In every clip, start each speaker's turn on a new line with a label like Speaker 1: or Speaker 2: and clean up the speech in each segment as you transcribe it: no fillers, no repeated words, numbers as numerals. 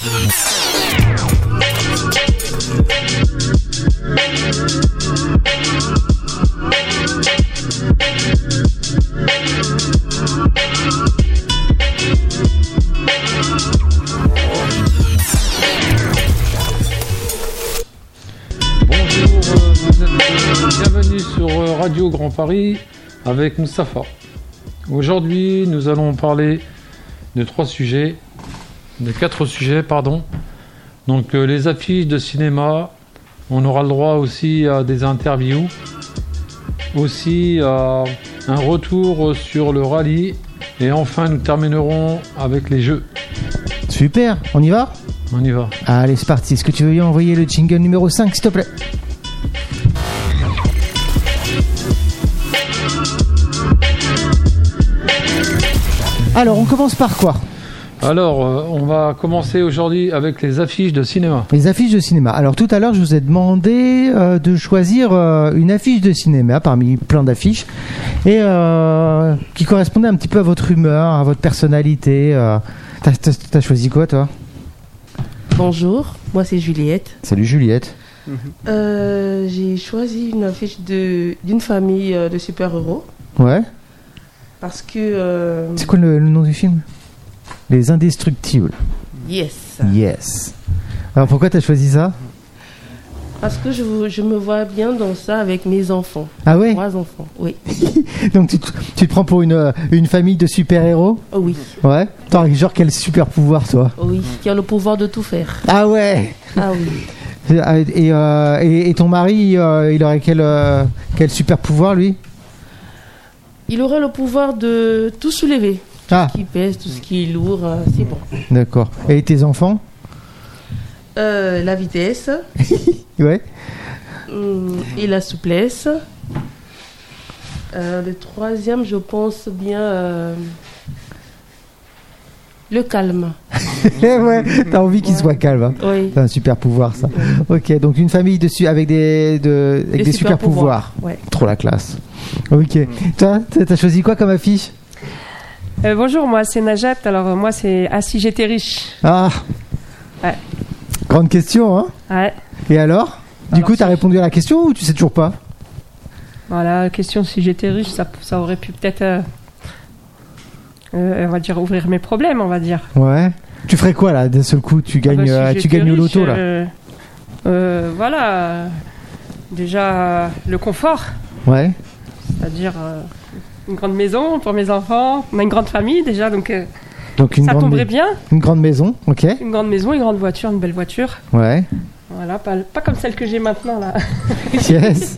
Speaker 1: Bienvenue sur Radio Grand Paris avec Moustapha. Aujourd'hui, nous allons parler de quatre sujets. Donc, les affiches de cinéma, on aura le droit aussi à des interviews, aussi à un retour sur le rallye, et enfin, nous terminerons avec les jeux.
Speaker 2: Super, on y va ?
Speaker 1: On y va.
Speaker 2: Allez, c'est parti. Est-ce que tu veux y envoyer le jingle numéro 5, s'il te plaît ? Alors, on commence par quoi ?
Speaker 1: Alors, on va commencer aujourd'hui avec les affiches de cinéma.
Speaker 2: Les affiches de cinéma. Alors, tout à l'heure, je vous ai demandé de choisir une affiche de cinéma parmi plein d'affiches et qui correspondait un petit peu à votre humeur, à votre personnalité. T'as choisi quoi, toi ?
Speaker 3: Bonjour, moi c'est Juliette.
Speaker 2: Salut Juliette.
Speaker 3: J'ai choisi une affiche d'une famille de super-héros.
Speaker 2: Ouais.
Speaker 3: Parce que...
Speaker 2: C'est quoi le nom du film ? Les Indestructibles.
Speaker 3: Yes.
Speaker 2: Alors pourquoi t'as choisi ça ?
Speaker 3: Parce que je me vois bien dans ça avec mes enfants.
Speaker 2: Ah ouais ?
Speaker 3: 3 enfants, oui.
Speaker 2: Donc tu te prends pour une famille de super-héros ?
Speaker 3: Oh oui.
Speaker 2: Ouais. T'as genre quel super pouvoir, toi ?
Speaker 3: Oh oui, qui a le pouvoir de tout faire.
Speaker 2: Ah ouais.
Speaker 3: Ah oui.
Speaker 2: Et ton mari, il aurait quel super pouvoir, lui ?
Speaker 3: Il aurait le pouvoir de tout soulever. Tout
Speaker 2: Ah.
Speaker 3: ce qui pèse, tout ce qui est lourd, c'est bon.
Speaker 2: D'accord. Et tes enfants ?
Speaker 3: La vitesse
Speaker 2: Ouais.
Speaker 3: et la souplesse. Le troisième, je pense bien le calme.
Speaker 2: Ouais, t'as envie qu'il soit calme. Hein.
Speaker 3: Oui.
Speaker 2: C'est un super pouvoir, ça. Ok, donc une famille avec des super pouvoirs.
Speaker 3: Ouais.
Speaker 2: Trop la classe. Ok. Toi, t'as choisi quoi comme affiche ?
Speaker 4: Bonjour, moi c'est Najat. Alors moi c'est Ah si j'étais riche.
Speaker 2: Ah.
Speaker 4: Ouais.
Speaker 2: Grande question, hein ?
Speaker 4: Ouais.
Speaker 2: Et alors ? Du coup, t'as répondu à la question ou tu sais toujours pas ?
Speaker 4: Voilà, la question si j'étais riche, ça aurait pu peut-être, on va dire, ouvrir mes problèmes, on va dire.
Speaker 2: Ouais. Tu ferais quoi là d'un seul coup ? Tu gagnes,
Speaker 4: Si
Speaker 2: tu gagnes le
Speaker 4: riche,
Speaker 2: loto là.
Speaker 4: Voilà. Déjà le confort,
Speaker 2: Ouais.
Speaker 4: c'est-à-dire une grande maison pour mes enfants. On a une grande famille déjà, donc
Speaker 2: Donc
Speaker 4: ça tomberait bien.
Speaker 2: Une grande maison, ok.
Speaker 4: Une grande maison, une grande voiture, une belle voiture.
Speaker 2: Ouais.
Speaker 4: Voilà, pas comme celle que j'ai maintenant là.
Speaker 2: Yes.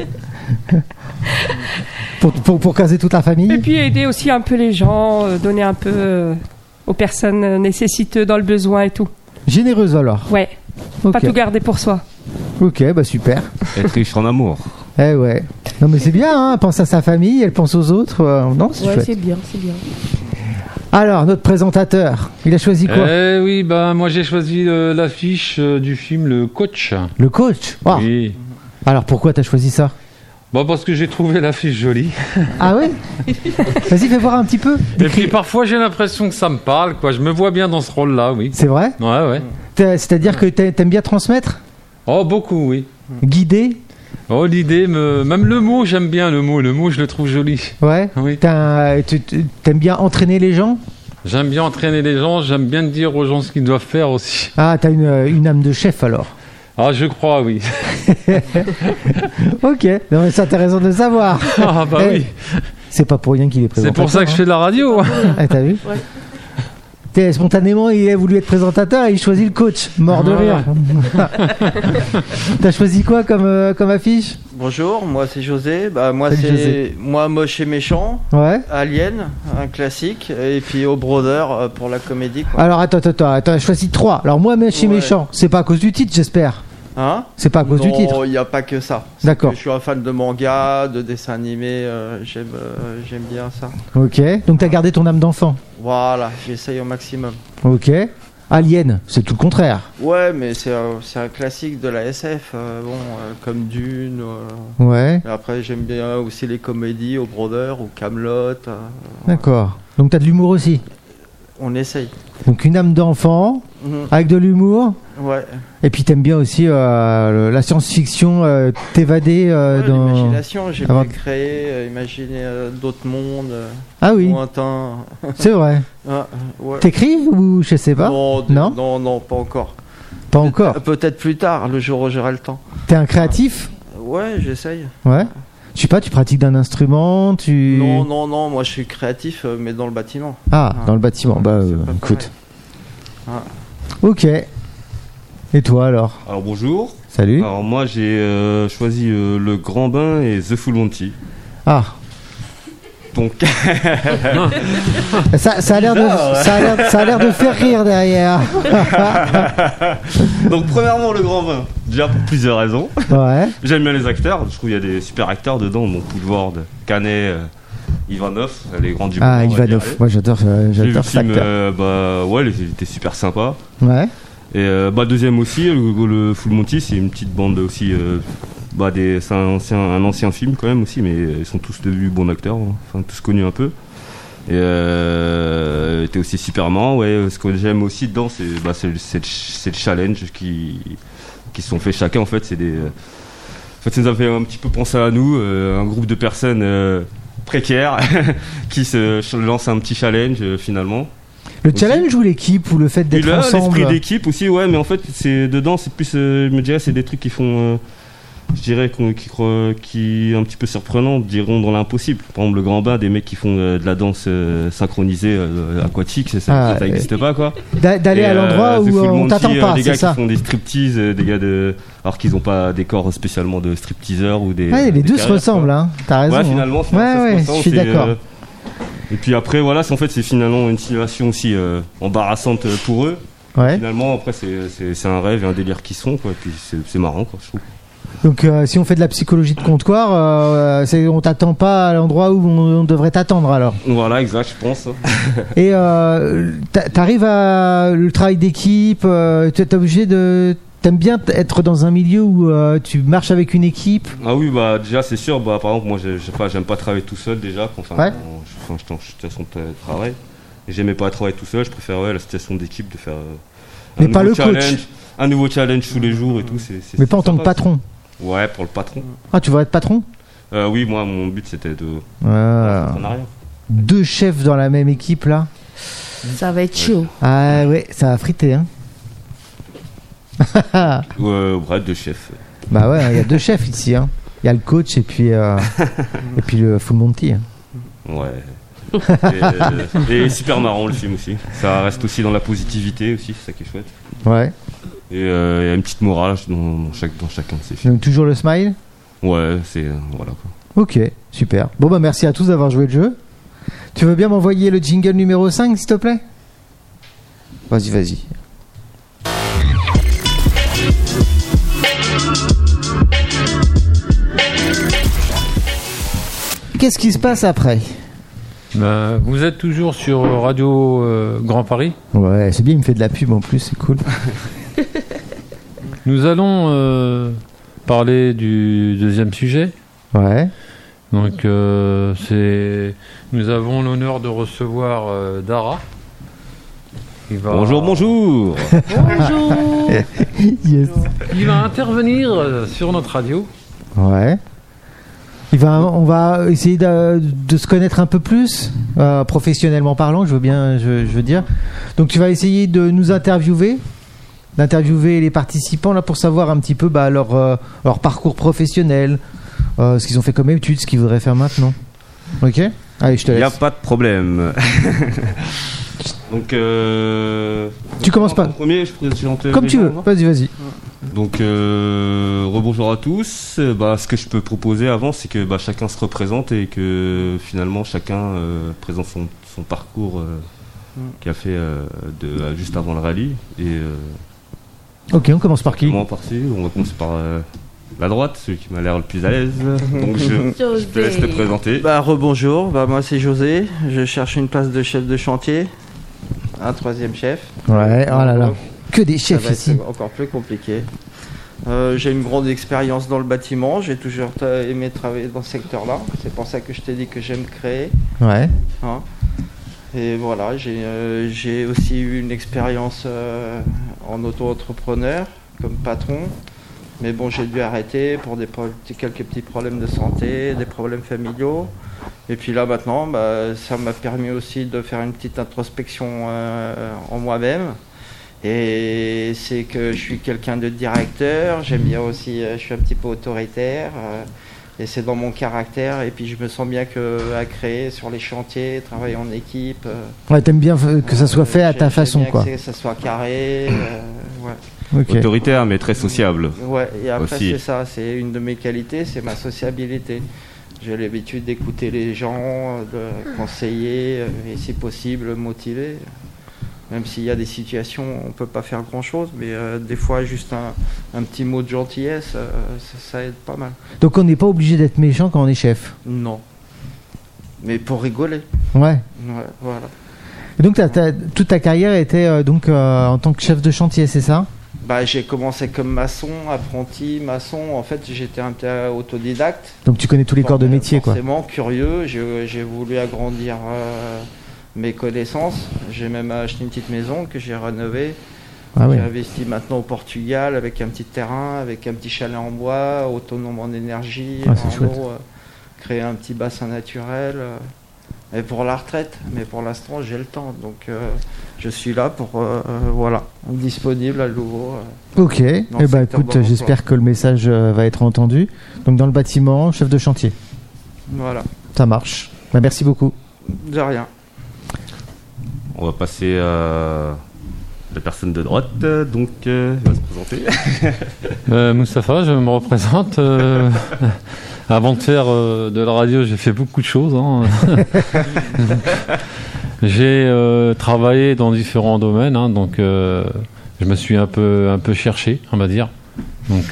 Speaker 2: pour caser toute la famille.
Speaker 4: Et puis aider aussi un peu les gens, donner un peu aux personnes nécessiteuses dans le besoin et tout.
Speaker 2: Généreuse alors.
Speaker 4: Ouais,
Speaker 2: Ok.
Speaker 4: pas tout garder pour soi.
Speaker 2: Ok, bah super.
Speaker 5: Être riche en amour.
Speaker 2: Eh ouais. Non mais c'est bien, hein. Elle pense à sa famille, elle pense aux autres. Non, c'est
Speaker 3: Ouais,
Speaker 2: chouette.
Speaker 3: c'est bien.
Speaker 2: Alors, notre présentateur, il a choisi quoi ?
Speaker 1: Oui, moi j'ai choisi l'affiche du film Le Coach.
Speaker 2: Le coach. Ah.
Speaker 1: Oui.
Speaker 2: Alors pourquoi t'as choisi ça ?
Speaker 1: Bon, parce que j'ai trouvé l'affiche jolie.
Speaker 2: Ah ouais. Vas-y, fais voir un petit peu.
Speaker 1: Et puis parfois j'ai l'impression que ça me parle, quoi. Je me vois bien dans ce rôle-là, oui.
Speaker 2: C'est vrai ?
Speaker 1: Ouais.
Speaker 2: C'est-à-dire que t'aimes bien transmettre ?
Speaker 1: Oh, beaucoup, oui.
Speaker 2: Guider ?
Speaker 1: Oh, l'idée, même le mot, j'aime bien le mot. Le mot, je le trouve joli.
Speaker 2: Ouais.
Speaker 1: Oui.
Speaker 2: T'aimes bien entraîner les gens ?
Speaker 1: J'aime bien entraîner les gens, j'aime bien dire aux gens ce qu'ils doivent faire aussi.
Speaker 2: Ah, t'as une âme de chef alors.
Speaker 1: Ah, je crois, oui.
Speaker 2: Ok, non, mais c'est intéressant de le savoir.
Speaker 1: Ah, bah oui.
Speaker 2: C'est pas pour rien qu'il est
Speaker 1: C'est
Speaker 2: présentateur.
Speaker 1: pour ça que je fais de la radio. Hein.
Speaker 2: Ah, t'as vu ?
Speaker 3: Ouais.
Speaker 2: Spontanément, il a voulu être présentateur et il choisit le coach. Mort de rire. T'as choisi quoi comme affiche ?
Speaker 6: Bonjour, moi c'est José. Moi
Speaker 2: Salut,
Speaker 6: c'est
Speaker 2: José.
Speaker 6: Moi Moche et Méchant,
Speaker 2: Ouais.
Speaker 6: Alien, un classique, et puis au Brother pour la comédie. Quoi.
Speaker 2: Alors attends, choisis 3. Alors moi, chez
Speaker 6: Ouais.
Speaker 2: méchant, c'est pas à cause du titre, j'espère.
Speaker 6: Hein ?
Speaker 2: C'est pas à cause du titre.
Speaker 6: Non, il n'y a pas que ça. C'est
Speaker 2: D'accord.
Speaker 6: que je suis un fan de manga, de dessins animés, j'aime bien ça.
Speaker 2: Ok, donc t'as gardé ton âme d'enfant.
Speaker 6: Voilà, j'essaye au maximum.
Speaker 2: Ok. Alien, c'est tout le contraire.
Speaker 6: Ouais, mais c'est un classique de la SF, comme Dune.
Speaker 2: Ouais,
Speaker 6: Et après, j'aime bien aussi les comédies au Brother ou Camelot.
Speaker 2: d'accord. Donc t'as de l'humour aussi.
Speaker 6: On essaye.
Speaker 2: Donc une âme d'enfant, avec de l'humour.
Speaker 6: Ouais.
Speaker 2: Et puis t'aimes bien aussi la science-fiction, t'évader dans...
Speaker 6: L'imagination, j'ai
Speaker 2: Avant-
Speaker 6: pu créer, imaginer d'autres mondes
Speaker 2: Ah oui,
Speaker 6: lointains.
Speaker 2: c'est vrai.
Speaker 6: Ah, ouais.
Speaker 2: T'écris ou je sais pas?
Speaker 6: Non,
Speaker 2: Non
Speaker 6: non, pas encore.
Speaker 2: Pas encore.
Speaker 6: Peut-être plus tard, le jour où j'aurai le temps.
Speaker 2: T'es un créatif?
Speaker 6: Ouais, j'essaye.
Speaker 2: Ouais. Je sais pas, tu pratiques d'un instrument, tu...
Speaker 6: Non, moi je suis créatif, mais dans le bâtiment.
Speaker 2: Ah, dans le bâtiment. Bah,
Speaker 6: C'est pas
Speaker 2: écoute.
Speaker 6: pareil.
Speaker 2: Ok. Et toi alors?
Speaker 5: Alors bonjour.
Speaker 2: Salut.
Speaker 5: Alors moi j'ai choisi le Grand Bain et The Full Monty.
Speaker 2: Ah,
Speaker 5: Donc
Speaker 2: ça a l'air de faire rire derrière.
Speaker 5: donc premièrement le Grand Bain. Déjà pour plusieurs raisons.
Speaker 2: Ouais.
Speaker 5: J'aime bien les acteurs. Je trouve qu'il y a des super acteurs dedans. Bon, Poulvord, Canet, Ivanov, les grands du moment.
Speaker 2: Ah,
Speaker 5: on va
Speaker 2: Ivanov.
Speaker 5: dire.
Speaker 2: Moi j'adore
Speaker 5: J'ai vu le
Speaker 2: cet
Speaker 5: film.
Speaker 2: acteur.
Speaker 5: Ouais, il était super sympa.
Speaker 2: Ouais.
Speaker 5: Et deuxième aussi, le Full Monty, c'est une petite bande aussi. C'est un ancien film quand même aussi, mais ils sont tous devenus bons acteurs, enfin tous connus un peu. Et était aussi super marrant. Ouais, ce que j'aime aussi dedans, c'est le challenge qui se sont fait chacun. En fait, ça nous a fait un petit peu penser à nous, un groupe de personnes précaires qui se lancent un petit challenge finalement.
Speaker 2: Le
Speaker 5: Aussi.
Speaker 2: challenge ou l'équipe ou le fait
Speaker 5: Et
Speaker 2: d'être
Speaker 5: là,
Speaker 2: ensemble?
Speaker 5: l'esprit d'équipe aussi, ouais, mais en fait, dedans, c'est plus, je me dirais, c'est des trucs qui font, je dirais, qui un petit peu surprenant, diront dans l'impossible. Par exemple, le Grand Bain, des mecs qui font de la danse synchronisée aquatique, ça n'existe pas, quoi.
Speaker 2: D'aller
Speaker 5: Et,
Speaker 2: à l'endroit
Speaker 5: The
Speaker 2: où
Speaker 5: Full
Speaker 2: on
Speaker 5: Monty,
Speaker 2: t'attend pas,
Speaker 5: des
Speaker 2: c'est
Speaker 5: gars
Speaker 2: ça?
Speaker 5: qui font des striptease, des gars alors qu'ils n'ont pas des corps spécialement de stripteaseurs ou des.
Speaker 2: Ouais, les
Speaker 5: des
Speaker 2: deux se
Speaker 5: carrières,
Speaker 2: ressemblent,
Speaker 5: quoi.
Speaker 2: hein. T'as raison.
Speaker 5: Ouais, finalement,
Speaker 2: hein.
Speaker 5: ça se
Speaker 2: Ouais,
Speaker 5: ressemble,
Speaker 2: je suis d'accord.
Speaker 5: Et puis après, voilà, c'est finalement une situation aussi embarrassante pour eux.
Speaker 2: Ouais.
Speaker 5: Finalement, après, c'est un rêve et un délire qui sont, quoi. Et puis c'est marrant, quoi, je trouve.
Speaker 2: Donc si on fait de la psychologie de comptoir, on t'attend pas à l'endroit où on devrait t'attendre alors.
Speaker 5: Voilà, exact, je pense.
Speaker 2: Et t'arrives à le travail d'équipe, t'es obligé de... T'aimes bien être dans un milieu où tu marches avec une équipe?
Speaker 5: Ah oui, déjà, c'est sûr. Par exemple, moi, j'aime pas travailler tout seul déjà.
Speaker 2: Ouais.
Speaker 5: Je suis en situation de travail. Et j'aimais pas travailler tout seul. Je préfère la situation d'équipe, de faire
Speaker 2: Mais pas le coach.
Speaker 5: un nouveau challenge tous les jours et tout.
Speaker 2: Mais pas en tant que patron.
Speaker 5: Ouais, pour le patron.
Speaker 2: Ah, tu veux être patron?
Speaker 5: Oui, moi, mon but, c'était de...
Speaker 2: Ah.
Speaker 5: En arrière.
Speaker 2: 2 chefs dans la même équipe là.
Speaker 3: Ça va être chaud.
Speaker 2: Ah ouais, ça va friter, hein.
Speaker 5: Bref, de chef.
Speaker 2: Bah ouais, il y a 2 chefs ici, hein. Il y a le coach et puis le Full Monty. Hein.
Speaker 5: Ouais. Et super marrant le film aussi. Ça reste aussi dans la positivité aussi, c'est ça qui est chouette.
Speaker 2: Ouais.
Speaker 5: Et il y a une petite morale dans chacun de ces films.
Speaker 2: Donc toujours le smile?
Speaker 5: Ouais, voilà quoi.
Speaker 2: Ok, super. Bon bah merci à tous d'avoir joué le jeu. Tu veux bien m'envoyer le jingle numéro 5 s'il te plaît? Vas-y. Qu'est-ce qui se passe après?
Speaker 1: Vous êtes toujours sur Radio Grand Paris.
Speaker 2: Ouais, c'est bien, il me fait de la pub en plus, c'est cool.
Speaker 1: Nous allons parler du deuxième sujet.
Speaker 2: Ouais.
Speaker 1: Donc, nous avons l'honneur de recevoir Dara.
Speaker 5: Bonjour.
Speaker 3: Bonjour.
Speaker 2: Yes.
Speaker 1: Il va intervenir sur notre radio.
Speaker 2: Ouais. On va essayer de se connaître un peu plus, professionnellement parlant, je veux dire. Donc tu vas essayer de nous d'interviewer les participants là pour savoir un petit peu leur parcours professionnel, ce qu'ils ont fait comme études, ce qu'ils voudraient faire maintenant. Ok ? Allez, je te
Speaker 5: Il n'y a
Speaker 2: laisse.
Speaker 5: pas de problème. Donc,
Speaker 2: Tu commences pas.
Speaker 5: En premier, je présente
Speaker 2: Comme
Speaker 5: les
Speaker 2: tu
Speaker 5: gens,
Speaker 2: veux,
Speaker 5: non
Speaker 2: vas-y.
Speaker 5: Donc, rebonjour à tous. Ce que je peux proposer avant, c'est que chacun se représente et que finalement chacun présente son parcours qu'il a fait juste avant le rallye. Et,
Speaker 2: Ok, on commence par qui ?
Speaker 5: on va commencer par la droite, celui qui m'a l'air le plus à l'aise. Donc, je te laisse te présenter.
Speaker 6: Rebonjour, moi c'est José. Je cherche une place de chef de chantier. Un 3e chef.
Speaker 2: Ouais, oh là là. Que des
Speaker 6: Ça
Speaker 2: chefs
Speaker 6: va
Speaker 2: ici.
Speaker 6: être encore plus compliqué. J'ai une grande expérience dans le bâtiment. J'ai toujours aimé travailler dans ce secteur-là. C'est pour ça que je t'ai dit que j'aime créer.
Speaker 2: Ouais.
Speaker 6: Hein. Et voilà, j'ai aussi eu une expérience en auto-entrepreneur comme patron. Mais bon, j'ai dû arrêter pour quelques petits problèmes de santé, des problèmes familiaux. Et puis là maintenant, ça m'a permis aussi de faire une petite introspection en moi-même. Et c'est que je suis quelqu'un de directeur, j'aime bien aussi, je suis un petit peu autoritaire. Et c'est dans mon caractère, et puis je me sens bien à créer sur les chantiers, travailler en équipe.
Speaker 2: Ouais, t'aimes bien que ça soit fait à ta façon,
Speaker 6: bien
Speaker 2: quoi.
Speaker 6: Que ça soit carré. Ouais.
Speaker 2: Okay.
Speaker 5: Autoritaire, mais très sociable.
Speaker 6: Ouais, et après
Speaker 5: aussi.
Speaker 6: c'est ça, c'est une de mes qualités, c'est ma sociabilité. J'ai l'habitude d'écouter les gens, de conseiller, et si possible motiver. Même s'il y a des situations où on ne peut pas faire grand-chose, mais des fois juste un petit mot de gentillesse, ça aide pas mal.
Speaker 2: Donc on n'est pas obligé d'être méchant quand on est chef.
Speaker 6: Non. Mais pour rigoler.
Speaker 2: Ouais.
Speaker 6: Ouais, voilà.
Speaker 2: Et donc toute ta carrière était en tant que chef de chantier, c'est ça ?
Speaker 6: J'ai commencé comme maçon, apprenti, maçon. En fait, j'étais un peu autodidacte.
Speaker 2: Donc tu connais tous les corps de métier, quoi.
Speaker 6: Forcément curieux. J'ai voulu agrandir mes connaissances. J'ai même acheté une petite maison que j'ai rénovée.
Speaker 2: Ah ouais.
Speaker 6: J'ai investi maintenant au Portugal avec un petit terrain, avec un petit chalet en bois, autonome en énergie,
Speaker 2: c'est
Speaker 6: en eau, créer un petit bassin naturel. Et pour la retraite, mais pour l'instant j'ai le temps, donc je suis là pour disponible à nouveau.
Speaker 2: Ok, écoute, j'espère que le message va être entendu. Donc dans le bâtiment, chef de chantier.
Speaker 6: Voilà.
Speaker 2: Ça marche. Merci beaucoup.
Speaker 6: De rien.
Speaker 5: On va passer à la personne de droite, donc il va se présenter.
Speaker 1: Moustapha, je me représente. Avant de faire de la radio, j'ai fait beaucoup de choses. Hein. J'ai travaillé dans différents domaines, hein, donc je me suis un peu cherché, on va dire. Donc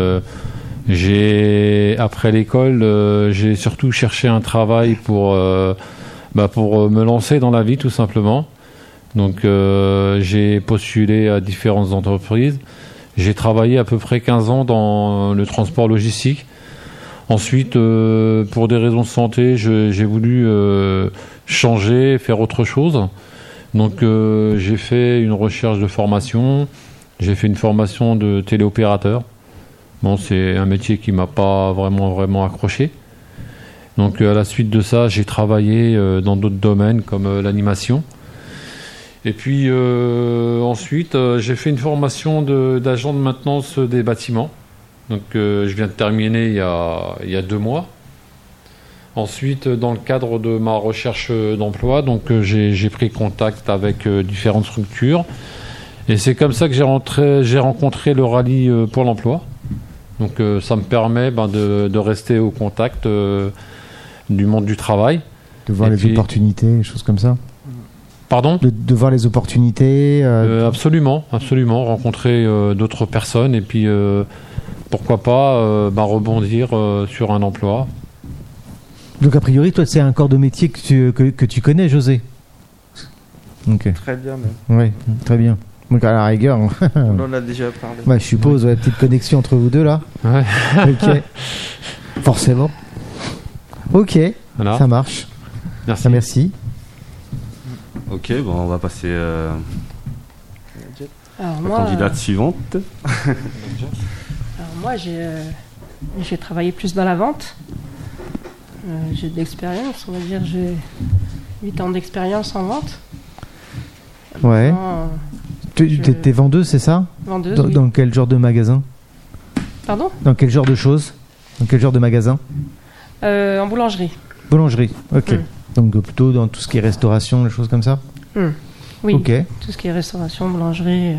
Speaker 1: après l'école, j'ai surtout cherché un travail pour me lancer dans la vie, tout simplement. Donc j'ai postulé à différentes entreprises. J'ai travaillé à peu près 15 ans dans le transport logistique. Ensuite, pour des raisons de santé, j'ai voulu changer, faire autre chose. Donc j'ai fait une recherche de formation. J'ai fait une formation de téléopérateur. Bon, c'est un métier qui m'a pas vraiment accroché. Donc à la suite de ça, j'ai travaillé dans d'autres domaines comme l'animation. Et puis ensuite, j'ai fait une formation d'agent de maintenance des bâtiments. Donc je viens de terminer il y a 2 mois. Ensuite, dans le cadre de ma recherche d'emploi, donc j'ai pris contact avec différentes structures. Et c'est comme ça que j'ai rencontré le rallye pour l'emploi. Donc ça me permet de rester au contact du monde du travail.
Speaker 2: De voir les opportunités, des choses comme ça.
Speaker 1: Pardon ?
Speaker 2: De voir les opportunités.
Speaker 1: Absolument. Rencontrer d'autres personnes et puis pourquoi pas rebondir sur un emploi.
Speaker 2: Donc a priori, toi, c'est un corps de métier que tu connais, José. Okay.
Speaker 6: Très bien même.
Speaker 2: Oui, très bien. Donc à la rigueur,
Speaker 6: on en a déjà parlé.
Speaker 2: Je suppose, petite connexion entre vous deux là.
Speaker 1: Ouais.
Speaker 2: Ok. Forcément. Ok,
Speaker 1: voilà.
Speaker 2: Ça marche.
Speaker 1: Merci.
Speaker 2: Merci.
Speaker 5: Ok, on va passer
Speaker 4: Alors,
Speaker 5: à la candidate suivante.
Speaker 4: Alors moi, j'ai travaillé plus dans la vente. J'ai de l'expérience, on va dire. J'ai 8 ans d'expérience en vente.
Speaker 2: Ouais. T'es vendeuse, c'est ça ?
Speaker 4: Vendeuse, oui.
Speaker 2: Dans quel genre de magasin ?
Speaker 4: Pardon ?
Speaker 2: Dans quel genre de choses ? Dans quel genre de magasin ?
Speaker 4: En boulangerie.
Speaker 2: Boulangerie, ok. Donc plutôt dans tout ce qui est restauration, les choses comme ça ?
Speaker 4: Oui,
Speaker 2: okay.
Speaker 4: Tout ce qui est restauration, boulangerie.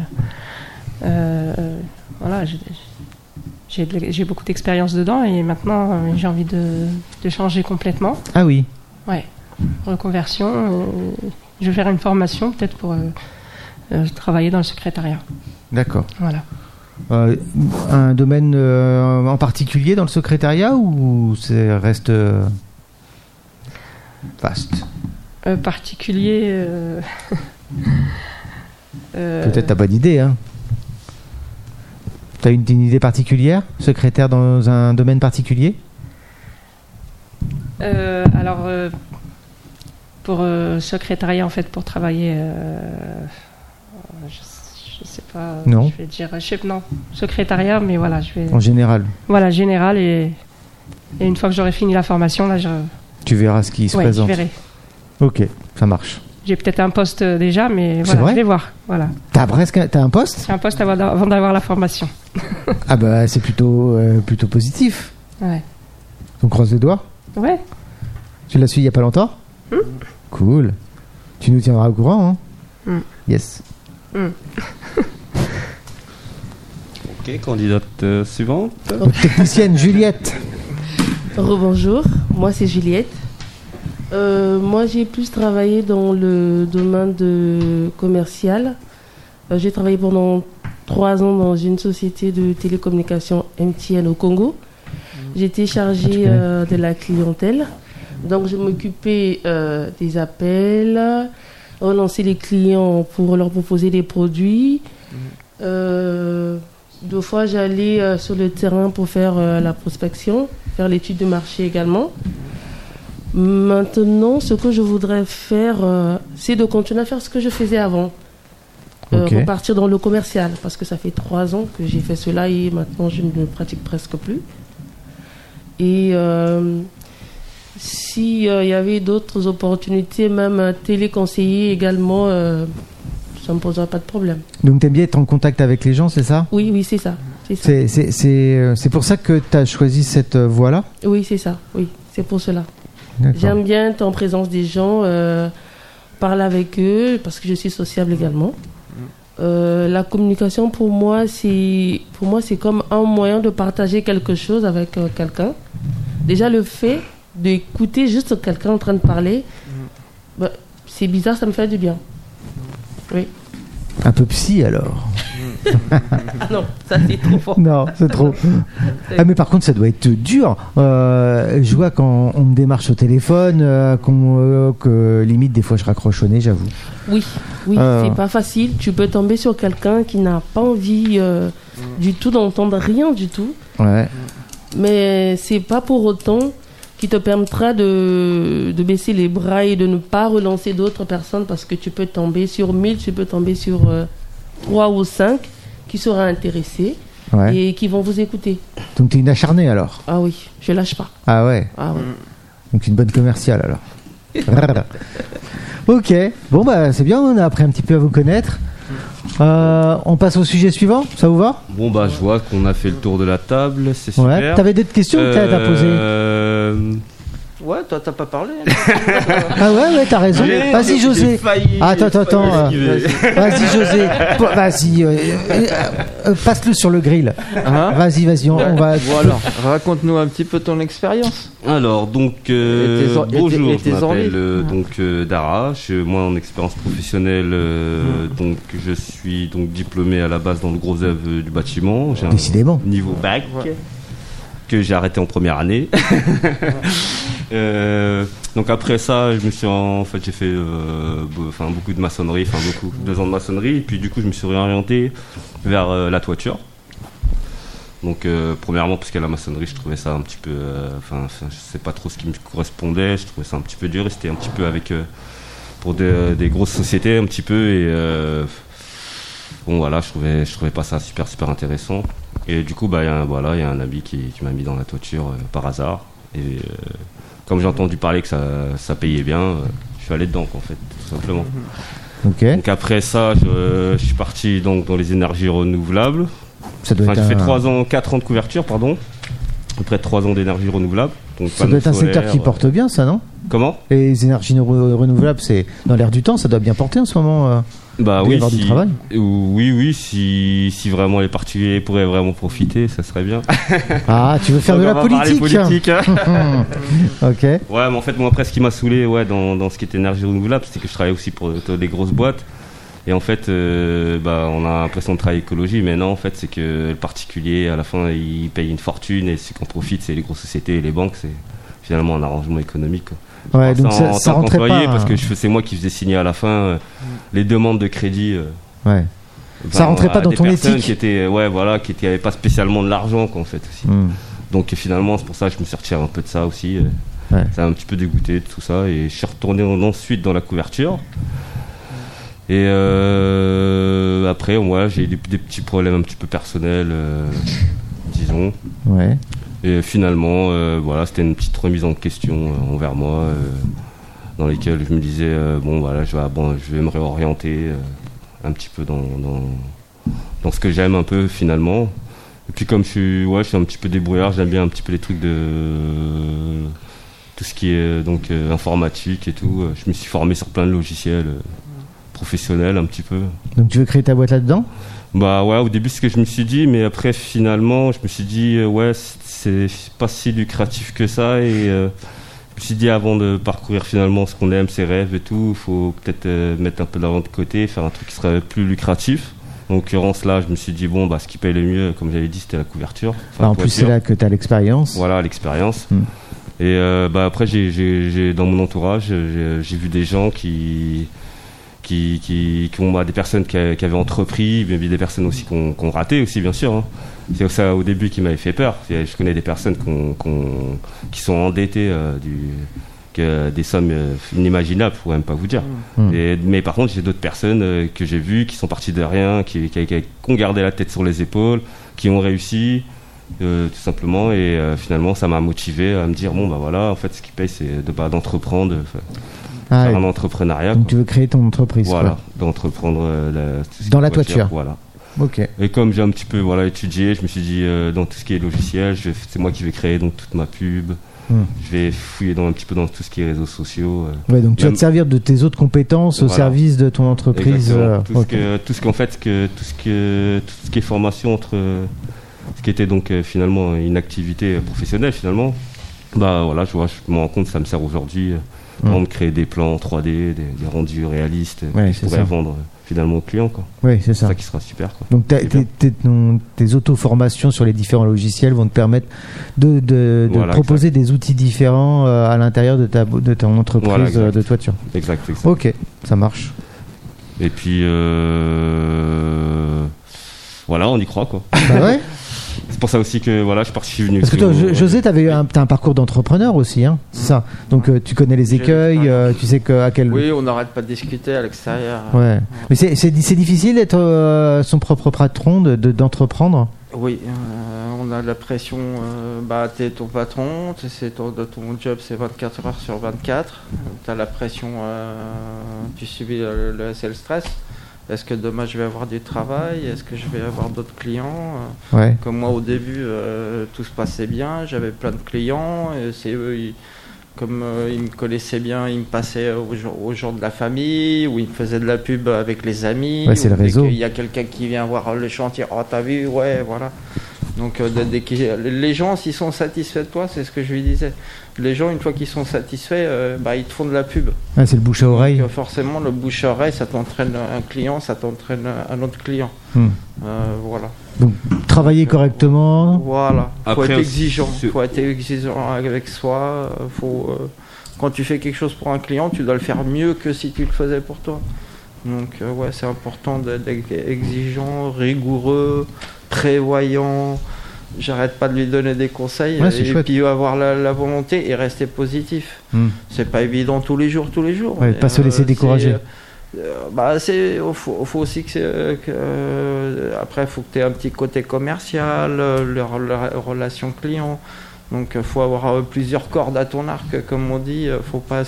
Speaker 4: Voilà, j'ai beaucoup d'expérience dedans et maintenant j'ai envie de changer complètement.
Speaker 2: Ah oui ?
Speaker 4: Ouais, reconversion. Je vais faire une formation peut-être pour travailler dans le secrétariat.
Speaker 2: D'accord.
Speaker 4: Voilà.
Speaker 2: Un domaine en particulier dans le secrétariat ou ça reste vaste ?
Speaker 4: Particulier.
Speaker 2: Peut-être t'as pas d'idée, hein ? T'as une idée particulière ? Secrétaire dans un domaine particulier ?
Speaker 4: pour secrétariat en fait pour travailler. Je sais pas.
Speaker 2: Non.
Speaker 4: Je vais dire non secrétariat, mais voilà, je vais.
Speaker 2: En général.
Speaker 4: Voilà, général et une fois que j'aurai fini la formation, là,
Speaker 2: Tu verras ce qui se présente.
Speaker 4: Je verrai.
Speaker 2: Ok, ça marche.
Speaker 4: J'ai peut-être un poste déjà, mais
Speaker 2: C'est
Speaker 4: voilà,
Speaker 2: vrai
Speaker 4: je vais voir. Voilà.
Speaker 2: T'as un poste?
Speaker 4: J'ai un poste avant d'avoir la formation.
Speaker 2: Ah bah c'est plutôt positif.
Speaker 4: Ouais.
Speaker 2: On croise les doigts.
Speaker 4: Ouais.
Speaker 2: Tu l'as su il y a pas longtemps? Cool. Tu nous tiendras au courant, hein? Yes.
Speaker 5: Ok, candidate suivante.
Speaker 2: Donc, technicienne Juliette.
Speaker 3: Rebonjour, moi c'est Juliette. Moi j'ai plus travaillé dans le domaine commercial. J'ai travaillé pendant 3 ans dans une société de télécommunications MTN au Congo. J'étais chargée de la clientèle. Donc je m'occupais des appels, relancer les clients pour leur proposer des produits. 2 fois j'allais sur le terrain pour faire la prospection, faire l'étude de marché également. Maintenant, ce que je voudrais faire, c'est de continuer à faire ce que je faisais avant. Repartir dans le commercial, parce que ça fait 3 ans que j'ai fait cela et maintenant je ne pratique presque plus. Et s'il y avait d'autres opportunités, même téléconseiller également, ça ne me poserait pas de problème.
Speaker 2: Donc tu aimes bien être en contact avec les gens, c'est ça?
Speaker 3: Oui, c'est ça.
Speaker 2: C'est pour ça que tu as choisi cette voie-là?
Speaker 3: Oui, c'est ça. Oui, c'est pour cela.
Speaker 2: D'accord.
Speaker 3: J'aime bien être en présence des gens, parler avec eux, parce que je suis sociable également. La communication, pour moi, c'est comme un moyen de partager quelque chose avec quelqu'un. Déjà, le fait d'écouter juste quelqu'un en train de parler, c'est bizarre, ça me fait du bien. Oui.
Speaker 2: Un peu psy, alors?
Speaker 3: Ah non, ça c'est trop fort.
Speaker 2: Non, c'est trop. Ah, mais par contre, ça doit être dur. Je vois quand on me démarche au téléphone, que limite, des fois, je raccroche au nez, j'avoue.
Speaker 3: Oui, c'est pas facile. Tu peux tomber sur quelqu'un qui n'a pas envie du tout d'entendre rien du tout. Ouais. Mais c'est pas pour autant qui te permettra de baisser les bras et de ne pas relancer d'autres personnes, parce que tu peux tomber sur 1000, tu peux tomber sur 3 ou 5 qui seront intéressés et qui vont vous écouter.
Speaker 2: Donc tu es une acharnée alors?
Speaker 3: Ah oui, je lâche pas.
Speaker 2: Ah ouais? Donc une bonne commerciale alors. Ok, bon bah c'est bien, on a appris un petit peu à vous connaître. On passe au sujet suivant, ça vous va?
Speaker 5: Bon bah je vois qu'on a fait le tour de la table, c'est super.
Speaker 2: Ouais. T'avais d'autres questions que t'as posées?
Speaker 6: Ouais, toi t'as pas parlé.
Speaker 2: Ah ouais, t'as raison. Vas-y José. Attends. Vas-y José. Vas-y, passe-le sur le grill. Vas-y, on va.
Speaker 6: Voilà. Raconte-nous un petit peu ton expérience.
Speaker 5: Alors donc bonjour, je m'appelle donc Dara. Moi en expérience professionnelle, donc je suis donc diplômé à la base dans le gros œuvre du bâtiment. J'ai
Speaker 2: Décidément.
Speaker 5: Un niveau bac. Que j'ai arrêté en première année. Donc après ça, j'ai fait beaucoup de maçonnerie, 2 ans de maçonnerie, et puis du coup je me suis réorienté vers la toiture. Donc premièrement parce qu'à la maçonnerie je trouvais ça un petit peu, je sais pas trop ce qui me correspondait, je trouvais ça un petit peu dur, et c'était un petit peu avec pour des grosses sociétés un petit peu, et bon voilà, je trouvais pas ça super intéressant. Et du coup, il y a un ami qui m'a mis dans la toiture par hasard. Et comme j'ai entendu parler que ça payait bien, je suis allé dedans, en fait, tout simplement.
Speaker 2: Okay.
Speaker 5: Donc après ça, je suis parti donc, dans les énergies renouvelables.
Speaker 2: J'ai fait
Speaker 5: 4 ans de couverture, pardon. Après 3 ans d'énergie renouvelable. Donc
Speaker 2: ça doit être un secteur qui porte bien, ça, non?
Speaker 5: Comment?
Speaker 2: Les énergies renouvelables, c'est dans l'air du temps, ça doit bien porter en ce moment.
Speaker 5: Bah
Speaker 2: oui, du travail.
Speaker 5: Oui, si vraiment les particuliers pourraient vraiment profiter, ça serait bien.
Speaker 2: Ah, tu veux faire de la politique
Speaker 5: hein.
Speaker 2: Ok.
Speaker 5: Ouais, mais en fait, moi, après, ce qui m'a saoulé dans ce qui était énergie renouvelable, c'était que je travaillais aussi pour des grosses boîtes. Et en fait, on a l'impression de travailler écologie, mais non, en fait, c'est que le particulier, à la fin, il paye une fortune, et ceux qui en profitent, c'est les grosses sociétés et les banques. C'est finalement un arrangement économique, quoi.
Speaker 2: Ouais, donc ça rentrait pas.
Speaker 5: Parce que c'est moi qui faisais signer à la fin les demandes de crédit.
Speaker 2: Ouais. Ça rentrait pas dans ton éthique.
Speaker 5: Qui n'avaient pas spécialement de l'argent, quoi, en fait aussi. Donc finalement, c'est pour ça que je me suis retiré un peu de ça aussi.
Speaker 2: Ouais.
Speaker 5: Ça m'a un petit peu dégoûté de tout ça et je suis retourné ensuite dans la couverture. Et après, moi, j'ai eu des petits problèmes un petit peu personnels, disons.
Speaker 2: Ouais.
Speaker 5: Et finalement, voilà, c'était une petite remise en question envers moi, dans lesquelles je me disais, bon, voilà, je vais me réorienter un petit peu dans ce que j'aime un peu finalement. Et puis comme je suis un petit peu débrouillard, j'aime bien un petit peu les trucs de tout ce qui est donc informatique et tout. Je me suis formé sur plein de logiciels professionnels un petit peu.
Speaker 2: Donc tu veux créer ta boîte là-dedans ?
Speaker 5: Bah ouais, au début c'est ce que je me suis dit, mais après finalement je me suis dit ouais, c'est pas si lucratif que ça et je me suis dit avant de parcourir finalement ce qu'on aime, ses rêves et tout, il faut peut-être mettre un peu d'argent de côté, faire un truc qui serait plus lucratif. En l'occurrence là, je me suis dit bon bah ce qui paye le mieux, comme j'avais dit, c'était la couverture.
Speaker 2: Enfin, en plus c'est là que tu as l'expérience.
Speaker 5: Voilà, l'expérience. Et bah après j'ai dans mon entourage, j'ai vu des gens qui ont des personnes qui avaient entrepris, mais des personnes aussi qui ont raté aussi, bien sûr. Hein. C'est ça au début qui m'avait fait peur. Je connais des personnes qui sont endettées des sommes inimaginables, je pourrais même pas vous dire. Mais par contre, j'ai d'autres personnes que j'ai vues qui sont parties de rien, qui ont gardé la tête sur les épaules, qui ont réussi, tout simplement. Et finalement, ça m'a motivé à me dire bon, bah voilà, en fait, ce qui paye, c'est d'entreprendre. Faire un entrepreneuriat.
Speaker 2: Donc tu veux créer ton entreprise.
Speaker 5: Voilà, d'entreprendre
Speaker 2: dans la toiture.
Speaker 5: Voilà.
Speaker 2: Ok.
Speaker 5: Et comme j'ai un petit peu étudié, je me suis dit dans tout ce qui est logiciel, c'est moi qui vais créer donc toute ma pub. Je vais fouiller un petit peu dans tout ce qui est réseaux sociaux.
Speaker 2: Ouais, donc tu vas te servir de tes autres compétences au service de ton entreprise.
Speaker 5: Tout ce qui est formation entre ce qui était donc finalement une activité professionnelle finalement. Bah voilà, je me rends compte que ça me sert aujourd'hui. De créer des plans 3D, des rendus réalistes que je pourrais vendre finalement aux clients.
Speaker 2: Oui, c'est ça.
Speaker 5: Ça qui sera super. Quoi.
Speaker 2: Donc tes auto-formations sur les différents logiciels vont te permettre de proposer des outils différents à l'intérieur de ton entreprise de toiture.
Speaker 5: Exact.
Speaker 2: Ok, ça marche.
Speaker 5: Et puis voilà, on y croit quoi.
Speaker 2: Bah ouais.
Speaker 5: C'est pour ça aussi que voilà, je suis venu.
Speaker 2: Parce que toi, José, t'as un parcours d'entrepreneur aussi, hein, c'est ça. Donc tu connais les écueils, tu sais à quel.
Speaker 6: Oui, on n'arrête pas de discuter à l'extérieur.
Speaker 2: Ouais. Mais c'est difficile d'être son propre patron, d'entreprendre.
Speaker 6: Oui, on a la pression. T'es ton patron, ton job, c'est 24 heures sur 24. T'as la pression, tu subis c'est le stress. Est-ce que demain je vais avoir du travail? Est-ce que je vais avoir d'autres clients? Comme moi au début, tout se passait bien, j'avais plein de clients. Et c'est eux, ils me connaissaient bien, ils me passaient aux gens de la famille, ou ils me faisaient de la pub avec les amis.
Speaker 2: Ouais, c'est le réseau.
Speaker 6: Il y a quelqu'un qui vient voir le chantier, oh t'as vu, ouais, voilà. Donc les gens, s'ils sont satisfaits de toi, c'est ce que je lui disais. Les gens, une fois qu'ils sont satisfaits, ils te font de la pub.
Speaker 2: Ah, c'est le bouche à oreille.
Speaker 6: Donc, forcément, le bouche à oreille, ça t'entraîne un client, ça t'entraîne un autre client. Voilà.
Speaker 2: Donc travailler correctement.
Speaker 6: Voilà. Faut être exigeant. Faut être exigeant avec soi. Quand tu fais quelque chose pour un client, tu dois le faire mieux que si tu le faisais pour toi. Donc c'est important d'être exigeant, rigoureux, prévoyant. J'arrête pas de lui donner des conseils puis avoir la volonté et rester positif. C'est pas évident tous les jours.
Speaker 2: Ouais, pas se laisser décourager.
Speaker 6: Faut aussi après faut que tu aies un petit côté commercial, la relation client. Donc faut avoir plusieurs cordes à ton arc, comme on dit. Faut pas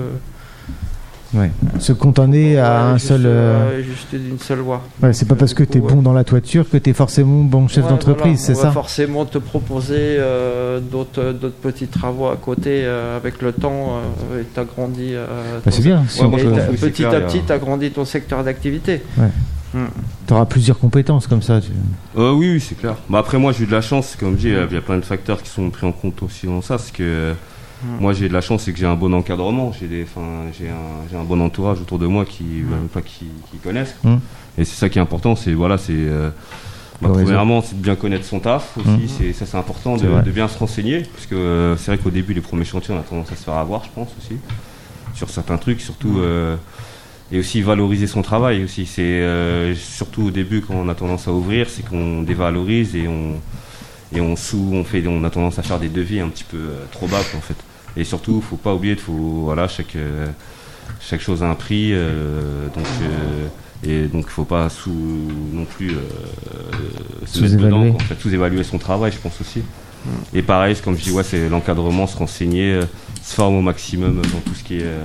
Speaker 2: se contenter à un seul.
Speaker 6: Juste d'une seule voie.
Speaker 2: Ouais, c'est pas parce que tu es bon dans la toiture que tu es forcément bon chef d'entreprise, c'est ça? On va
Speaker 6: forcément te proposer d'autres petits travaux à côté avec le temps et tu as grandi.
Speaker 2: C'est bien.
Speaker 6: Petit à petit, tu as grandi ton secteur d'activité.
Speaker 2: Tu auras plusieurs compétences comme ça.
Speaker 5: Oui, c'est clair. Après, moi, j'ai eu de la chance. Comme je dis, il y a plein de facteurs qui sont pris en compte aussi dans ça. C'est que. Moi j'ai de la chance, c'est que j'ai un bon encadrement, j'ai un bon entourage autour de moi qui connaissent. Et c'est ça qui est important, premièrement c'est de bien connaître son taf aussi, c'est important de bien se renseigner, parce que c'est vrai qu'au début les premiers chantiers on a tendance à se faire avoir, je pense aussi, sur certains trucs, surtout et aussi valoriser son travail aussi. C'est surtout au début quand on a tendance à ouvrir, c'est qu'on dévalorise et on a tendance à faire des devis un petit peu trop bas en fait. Et surtout, faut pas oublier, chaque chose a un prix, et donc il faut pas non plus se mettre dedans, en fait, sous-évaluer son travail, je pense aussi. Et pareil, comme je dis, c'est l'encadrement, se renseigner, se former au maximum dans tout ce qui est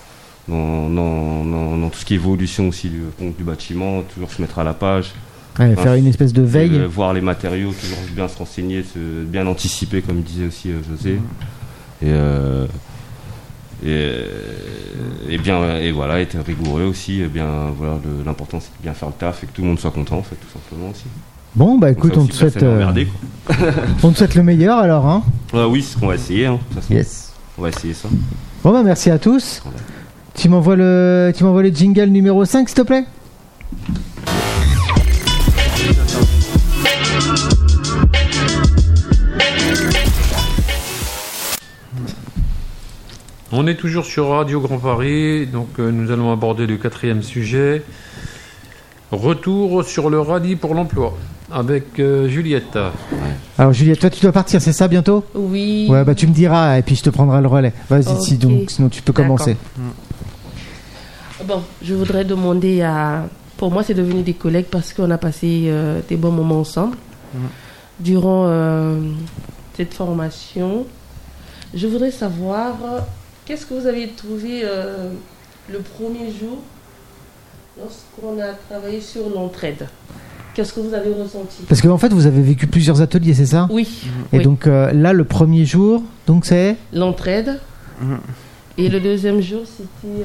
Speaker 5: dans tout ce qui est évolution aussi du bâtiment, toujours se mettre à la page.
Speaker 2: Ouais, faire une espèce de veille.
Speaker 5: Voir les matériaux, toujours bien se renseigner, bien anticiper, comme disait aussi José. Et voilà, être rigoureux aussi. L'important c'est de bien faire le taf et que tout le monde soit content, en fait, tout simplement aussi.
Speaker 2: Bon, bah écoute, on te souhaite le meilleur alors. Hein.
Speaker 5: Oui, c'est ce qu'on va essayer. Hein, de toute façon.
Speaker 2: Yes.
Speaker 5: On va essayer ça.
Speaker 2: Bon, bah merci à tous. Ouais. Tu m'envoies le jingle numéro 5, s'il te plaît.
Speaker 1: On est toujours sur Radio Grand Paris, donc nous allons aborder le 4e sujet. Retour sur le rallye pour l'emploi avec Juliette.
Speaker 2: Alors Juliette, toi tu dois partir, c'est ça bientôt ?
Speaker 3: Oui.
Speaker 2: Ouais, bah tu me diras et puis je te prendrai le relais. Vas-y, okay. Donc sinon tu peux commencer.
Speaker 3: Bon, je voudrais demander pour moi c'est devenu des collègues parce qu'on a passé des bons moments ensemble durant cette formation. Je voudrais savoir qu'est-ce que vous avez trouvé le premier jour lorsqu'on a travaillé sur l'entraide. Qu'est-ce que vous avez ressenti ?
Speaker 2: Parce qu'en fait, vous avez vécu plusieurs ateliers, c'est ça ?
Speaker 3: Oui.
Speaker 2: Et donc là, le premier jour, donc c'est ?
Speaker 3: L'entraide. Et le deuxième jour, c'était...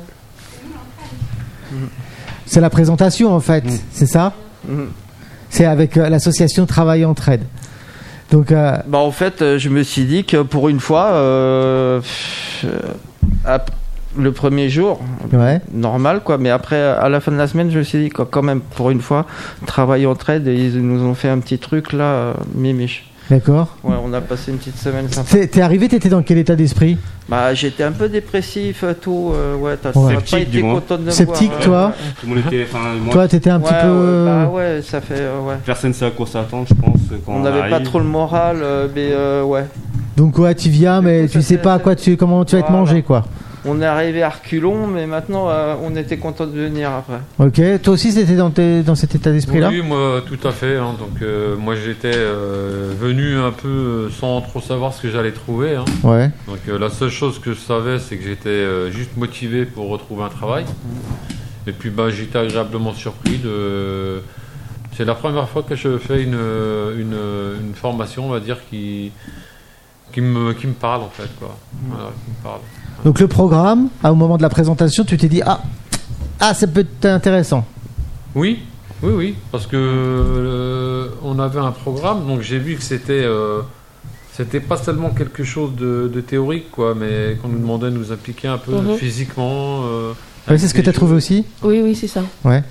Speaker 2: C'est la présentation, en fait, c'est ça ? C'est avec l'association Travail Entraide. Donc,
Speaker 6: en fait, je me suis dit que pour une fois, le premier jour, normal, quoi. Mais après, à la fin de la semaine, je me suis dit que quand même, pour une fois, Travail Entraide, et ils nous ont fait un petit truc là, mimiche.
Speaker 2: D'accord.
Speaker 6: Ouais, on a passé une petite semaine sympa.
Speaker 2: T'es arrivé, t'étais dans quel état d'esprit ?
Speaker 6: J'étais un peu dépressif, tout. T'as
Speaker 5: pas
Speaker 6: été content de me voir.
Speaker 2: Sceptique, toi ?
Speaker 5: Tout le monde était,
Speaker 2: toi, t'étais un petit peu...
Speaker 6: ça fait...
Speaker 5: Personne ne sait à quoi s'attendre, je pense. Quand
Speaker 6: on n'avait pas trop le moral, mais ouais.
Speaker 2: Donc tu viens, mais tu sais pas comment tu vas être mangé, quoi.
Speaker 6: On est arrivé à reculons, mais maintenant, on était content de venir après.
Speaker 2: Ok, toi aussi, c'était dans cet état d'esprit-là ?
Speaker 1: Oui, moi, tout à fait. Hein. Donc, moi, j'étais venu un peu sans trop savoir ce que j'allais trouver. Hein.
Speaker 2: Ouais.
Speaker 1: Donc, la seule chose que je savais, c'est que j'étais juste motivé pour retrouver un travail. Et puis, j'étais agréablement surpris de... C'est la première fois que je fais une formation, on va dire, qui me parle, en fait, quoi. Voilà, qui me parle.
Speaker 2: Donc le programme, au moment de la présentation, tu t'es dit ça peut être intéressant.
Speaker 1: Oui, parce que on avait un programme, donc j'ai vu que c'était pas seulement quelque chose de théorique, quoi, mais qu'on nous demandait de nous impliquer un peu physiquement.
Speaker 2: C'est ce que tu as trouvé aussi ?
Speaker 3: Oui, c'est ça.
Speaker 2: Ouais.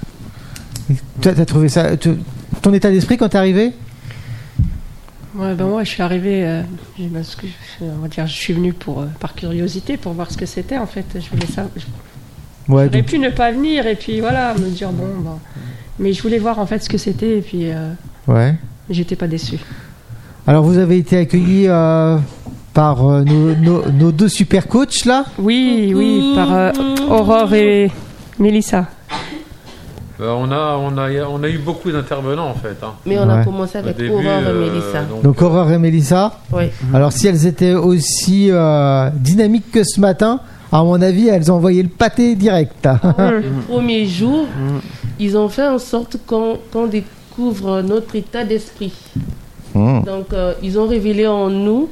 Speaker 2: Tu as trouvé ça ton état d'esprit quand t'es arrivé ?
Speaker 4: Ouais, moi je suis arrivé, je suis venu par curiosité pour voir ce que c'était en fait. Je voulais ça. J'aurais pu ne pas venir et puis voilà, me dire mais je voulais voir en fait ce que c'était et puis j'étais pas déçu.
Speaker 2: Alors vous avez été accueillis par nos deux super coachs là ?
Speaker 4: Oui, par Aurore et Mélissa.
Speaker 1: On a eu beaucoup d'intervenants en fait. Hein.
Speaker 3: Mais on a commencé avec Aurore et Mélissa.
Speaker 2: Donc Aurore et Mélissa.
Speaker 3: Oui.
Speaker 2: Alors si elles étaient aussi dynamiques que ce matin, à mon avis, elles ont envoyé le pâté direct.
Speaker 3: Le premier jour, ils ont fait en sorte qu'on découvre notre état d'esprit. Donc ils ont révélé en nous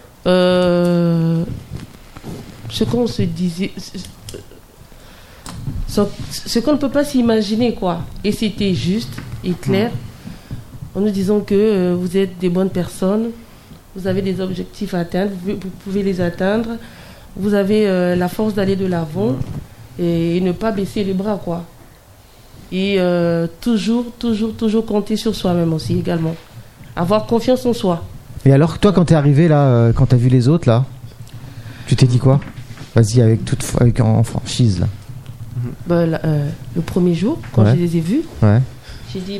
Speaker 3: ce qu'on se disait. Ce qu'on ne peut pas s'imaginer, quoi. Et c'était juste et clair en nous disant que vous êtes des bonnes personnes, vous avez des objectifs à atteindre, vous pouvez les atteindre, vous avez la force d'aller de l'avant et ne pas baisser les bras, quoi. Et toujours compter sur soi-même aussi également. Avoir confiance en soi.
Speaker 2: Et alors, toi, quand t'es arrivé là, quand t'as vu les autres là, tu t'es dit quoi ? Vas-y, avec en franchise là.
Speaker 3: Le premier jour, quand je les ai vus, j'ai dit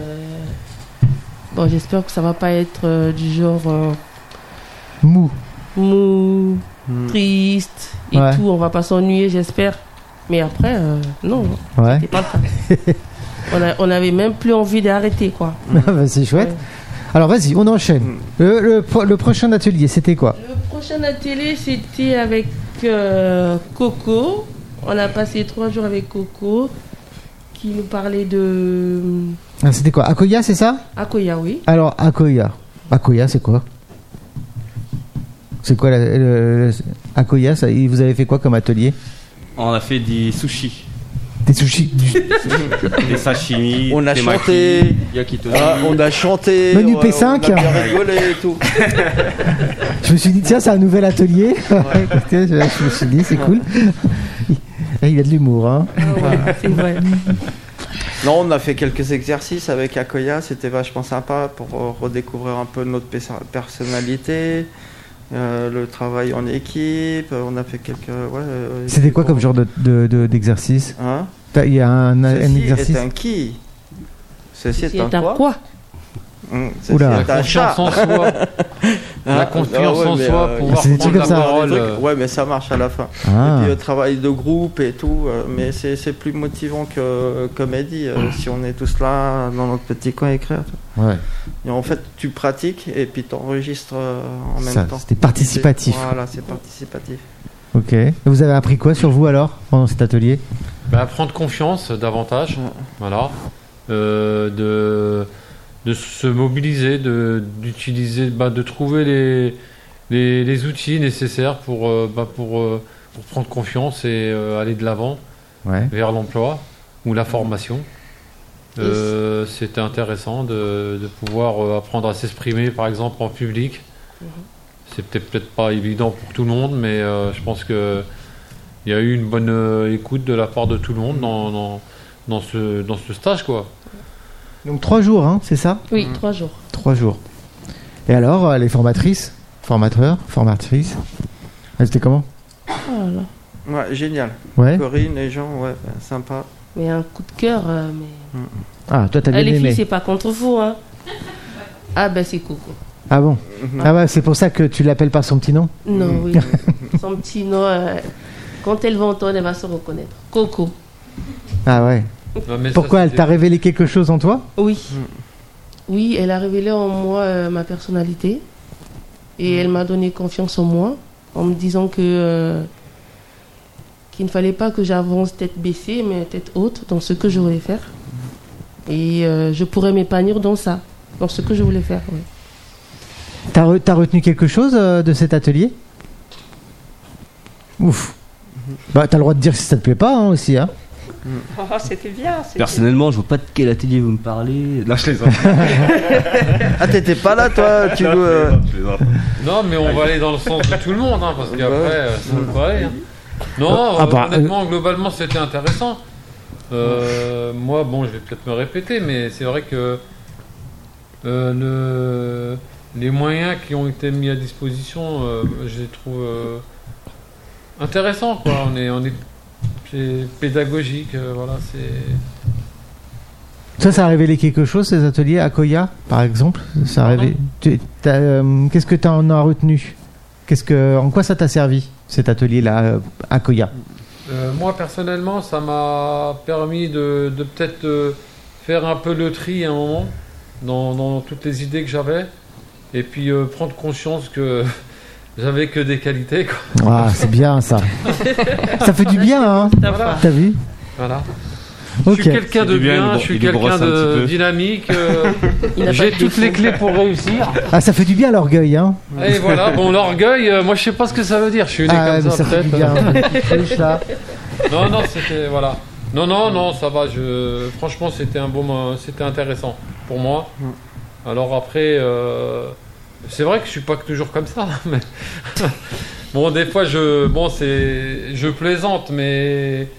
Speaker 3: j'espère que ça va pas être du genre
Speaker 2: mou.
Speaker 3: mou, triste et tout. On va pas s'ennuyer, j'espère. Mais après, non, c'était pas le cas. On avait même plus envie d'arrêter, quoi.
Speaker 2: C'est chouette. Ouais. Alors vas-y, on enchaîne. Le prochain atelier, c'était quoi?
Speaker 3: Le prochain atelier, c'était avec Coco. On a passé 3 jours avec Coco, qui nous parlait de...
Speaker 2: Ah, c'était quoi? Akoya, c'est ça?
Speaker 3: Akoya, oui.
Speaker 2: Alors, Akoya, c'est quoi? C'est quoi Akoya, vous avez fait quoi comme atelier?
Speaker 5: On a fait des sushis.
Speaker 2: Des sushis.
Speaker 5: Des sashimi.
Speaker 6: On a chanté. On a chanté.
Speaker 2: Menu P5.
Speaker 6: On a bien rigolé et tout.
Speaker 2: Je me suis dit, tiens, c'est un nouvel atelier. Je me suis dit, c'est cool. Il y a de l'humour, hein.
Speaker 3: C'est vrai.
Speaker 6: Non, on a fait quelques exercices avec Akoya. C'était vachement sympa pour redécouvrir un peu notre personnalité. Le travail en équipe, on a fait quelques...
Speaker 2: C'était quoi comme genre d'exercice? Il y a un exercice.
Speaker 6: Est un qui? Ceci est un
Speaker 3: quoi?
Speaker 2: Oula.
Speaker 1: La confiance en soi. La confiance en soi pour pouvoir prendre la parole.
Speaker 6: Ouais, mais ça marche à la fin. Et puis le travail de groupe et tout, mais c'est plus motivant que, comme Eddie, si on est tous là dans notre petit coin à écrire.
Speaker 2: Ouais.
Speaker 6: Et en fait, tu pratiques et puis tu enregistres en même temps.
Speaker 2: C'était participatif.
Speaker 6: Voilà, c'est participatif.
Speaker 2: Ok. Et vous avez appris quoi sur vous alors pendant cet atelier?
Speaker 1: Prendre confiance davantage. Voilà. De se mobiliser, d'utiliser, de trouver les outils nécessaires pour prendre confiance et aller de l'avant vers l'emploi ou la formation. C'était intéressant de pouvoir apprendre à s'exprimer, par exemple, en public. C'est peut-être pas évident pour tout le monde, mais je pense qu'il y a eu une bonne écoute de la part de tout le monde dans ce stage, quoi.
Speaker 2: Donc 3 jours, hein, c'est ça?
Speaker 3: Oui, 3 jours.
Speaker 2: 3 jours. Et alors, les formatrices, formatrices, c'était comment?
Speaker 3: Voilà.
Speaker 6: Ouais, génial.
Speaker 2: Ouais.
Speaker 6: Corinne, les gens, sympa.
Speaker 3: Mais un coup de cœur, mais...
Speaker 2: Ah, toi t'as bien aimé.
Speaker 3: Les filles, c'est pas contre vous, hein. Ah ben c'est Coco.
Speaker 2: Ah bon? Ah ouais, c'est pour ça que tu l'appelles par son petit nom?
Speaker 3: Non, oui. Son petit nom, quand elle va entendre, elle va se reconnaître. Coco.
Speaker 2: Ah ouais. Non, pourquoi elle t'a révélé quelque chose en toi?
Speaker 3: Oui. Oui, elle a révélé en moi ma personnalité. Et elle m'a donné confiance en moi, en me disant qu'il ne fallait pas que j'avance tête baissée, mais tête haute dans ce que je voulais faire. Et je pourrais m'épanouir dans ça, dans ce que je voulais faire. Ouais.
Speaker 2: T'as retenu quelque chose de cet atelier? Ouf. T'as le droit de dire si ça te plaît pas, hein, aussi, hein.
Speaker 4: Oh, c'était bien.
Speaker 5: Personnellement, je vois pas de quel atelier vous me parlez. Là, je les ai.
Speaker 6: Ah, t'étais pas là, toi?
Speaker 1: Non, mais on va aller dans le sens de tout le monde, hein, parce qu'après, ça va pas aller. Hein. Non, honnêtement, globalement, c'était intéressant. Moi, je vais peut-être me répéter, mais c'est vrai que les moyens qui ont été mis à disposition, je les trouve intéressants, quoi. C'est pédagogique, voilà,
Speaker 2: Ça a révélé quelque chose, ces ateliers à Koya, par exemple? Ça a révélé... Qu'est-ce que tu en as retenu? En quoi ça t'a servi, cet atelier-là, à Koya?
Speaker 1: Moi, personnellement, ça m'a permis de peut-être faire un peu le tri à un moment dans toutes les idées que j'avais, et puis prendre conscience que j'avais que des qualités, quoi.
Speaker 2: Ah, c'est bien ça. Ça fait du bien, hein.
Speaker 1: Voilà.
Speaker 2: T'as vu?
Speaker 1: Voilà.
Speaker 2: Okay.
Speaker 1: Je suis quelqu'un de bien, je suis quelqu'un de dynamique. J'ai toutes les clés pour réussir.
Speaker 2: Ah, ça fait du bien l'orgueil, hein.
Speaker 1: Et voilà, l'orgueil, moi je sais pas ce que ça veut dire. Je suis né comme ça, peut-être. Non, c'était voilà. Non, ça va. Franchement, c'était un c'était intéressant pour moi. Alors après, c'est vrai que je suis pas toujours comme ça, mais bon, des fois je plaisante, mais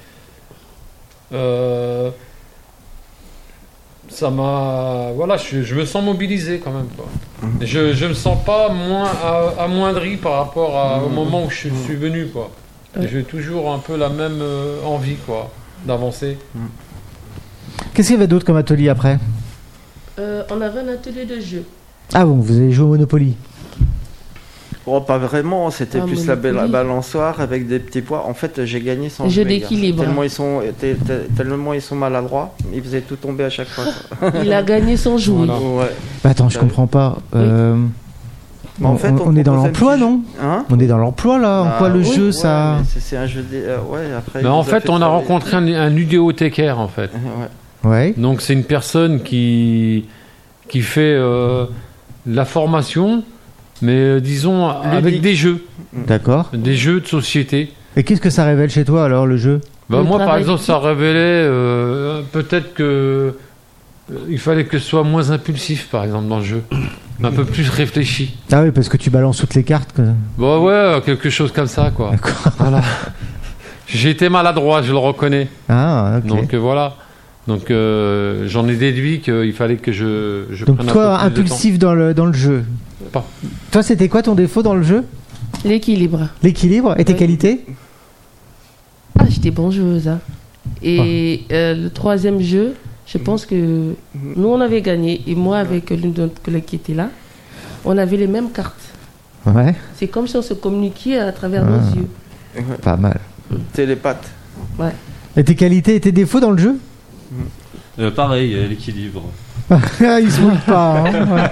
Speaker 1: ça m'a, voilà, je me sens mobilisé quand même, quoi. Je me sens pas moins amoindri par rapport au moment où je suis venu, quoi. J'ai toujours un peu la même envie, quoi, d'avancer.
Speaker 2: Qu'est-ce qu'il y avait d'autre comme atelier après?
Speaker 3: On avait un atelier de jeu.
Speaker 2: Ah bon, vous avez joué au Monopoly?
Speaker 6: Oh, pas vraiment, c'était plus la balançoire avec des petits poids. En fait, j'ai gagné sans
Speaker 3: jeu d'équilibre.
Speaker 6: Tellement ils sont maladroits, ils faisaient tout tomber à chaque fois.
Speaker 3: Il a gagné sans jouer.
Speaker 6: Voilà. Ouais.
Speaker 2: Bah, attends, je comprends pas.
Speaker 6: En fait,
Speaker 2: on est dans l'emploi, non on est dans l'emploi, là. En quoi le jeu, ça...
Speaker 6: C'est un jeu... après,
Speaker 1: mais en fait, on a rencontré un ludothécaire, en fait.
Speaker 2: Ouais.
Speaker 1: Donc, c'est une personne qui fait la formation, mais disons, avec des jeux.
Speaker 2: D'accord.
Speaker 1: Des jeux de société.
Speaker 2: Et qu'est-ce que ça révèle chez toi, alors, le jeu ?
Speaker 1: Moi, par exemple, ça révélait peut-être que il fallait que ce soit moins impulsif, par exemple, dans le jeu. Un peu plus réfléchi.
Speaker 2: Ah oui, parce que tu balances toutes les cartes.
Speaker 1: Bon, ouais, quelque chose comme ça, quoi.
Speaker 2: D'accord.
Speaker 1: Voilà. J'ai été maladroit, je le reconnais.
Speaker 2: Ah, ok.
Speaker 1: Donc voilà. Donc j'en ai déduit qu'il fallait que je
Speaker 2: donc
Speaker 1: prenne
Speaker 2: toi,
Speaker 1: un peu plus
Speaker 2: impulsif dans le jeu.
Speaker 1: Pas.
Speaker 2: Toi, c'était quoi ton défaut dans le jeu ?
Speaker 3: L'équilibre.
Speaker 2: L'équilibre et tes qualités ?
Speaker 3: Ah, j'étais bonne joueuse. Hein. Et le troisième jeu, je pense que nous, on avait gagné. Et moi, avec l'une de notre collègue qui était là, on avait les mêmes cartes.
Speaker 2: Ouais.
Speaker 3: C'est comme si on se communiquait à travers nos yeux.
Speaker 2: Pas mal.
Speaker 6: Télépathe.
Speaker 3: Ouais.
Speaker 2: Et tes qualités et tes défauts dans le jeu ?
Speaker 5: Pareil, l'équilibre.
Speaker 2: Il se moque pas. Hein.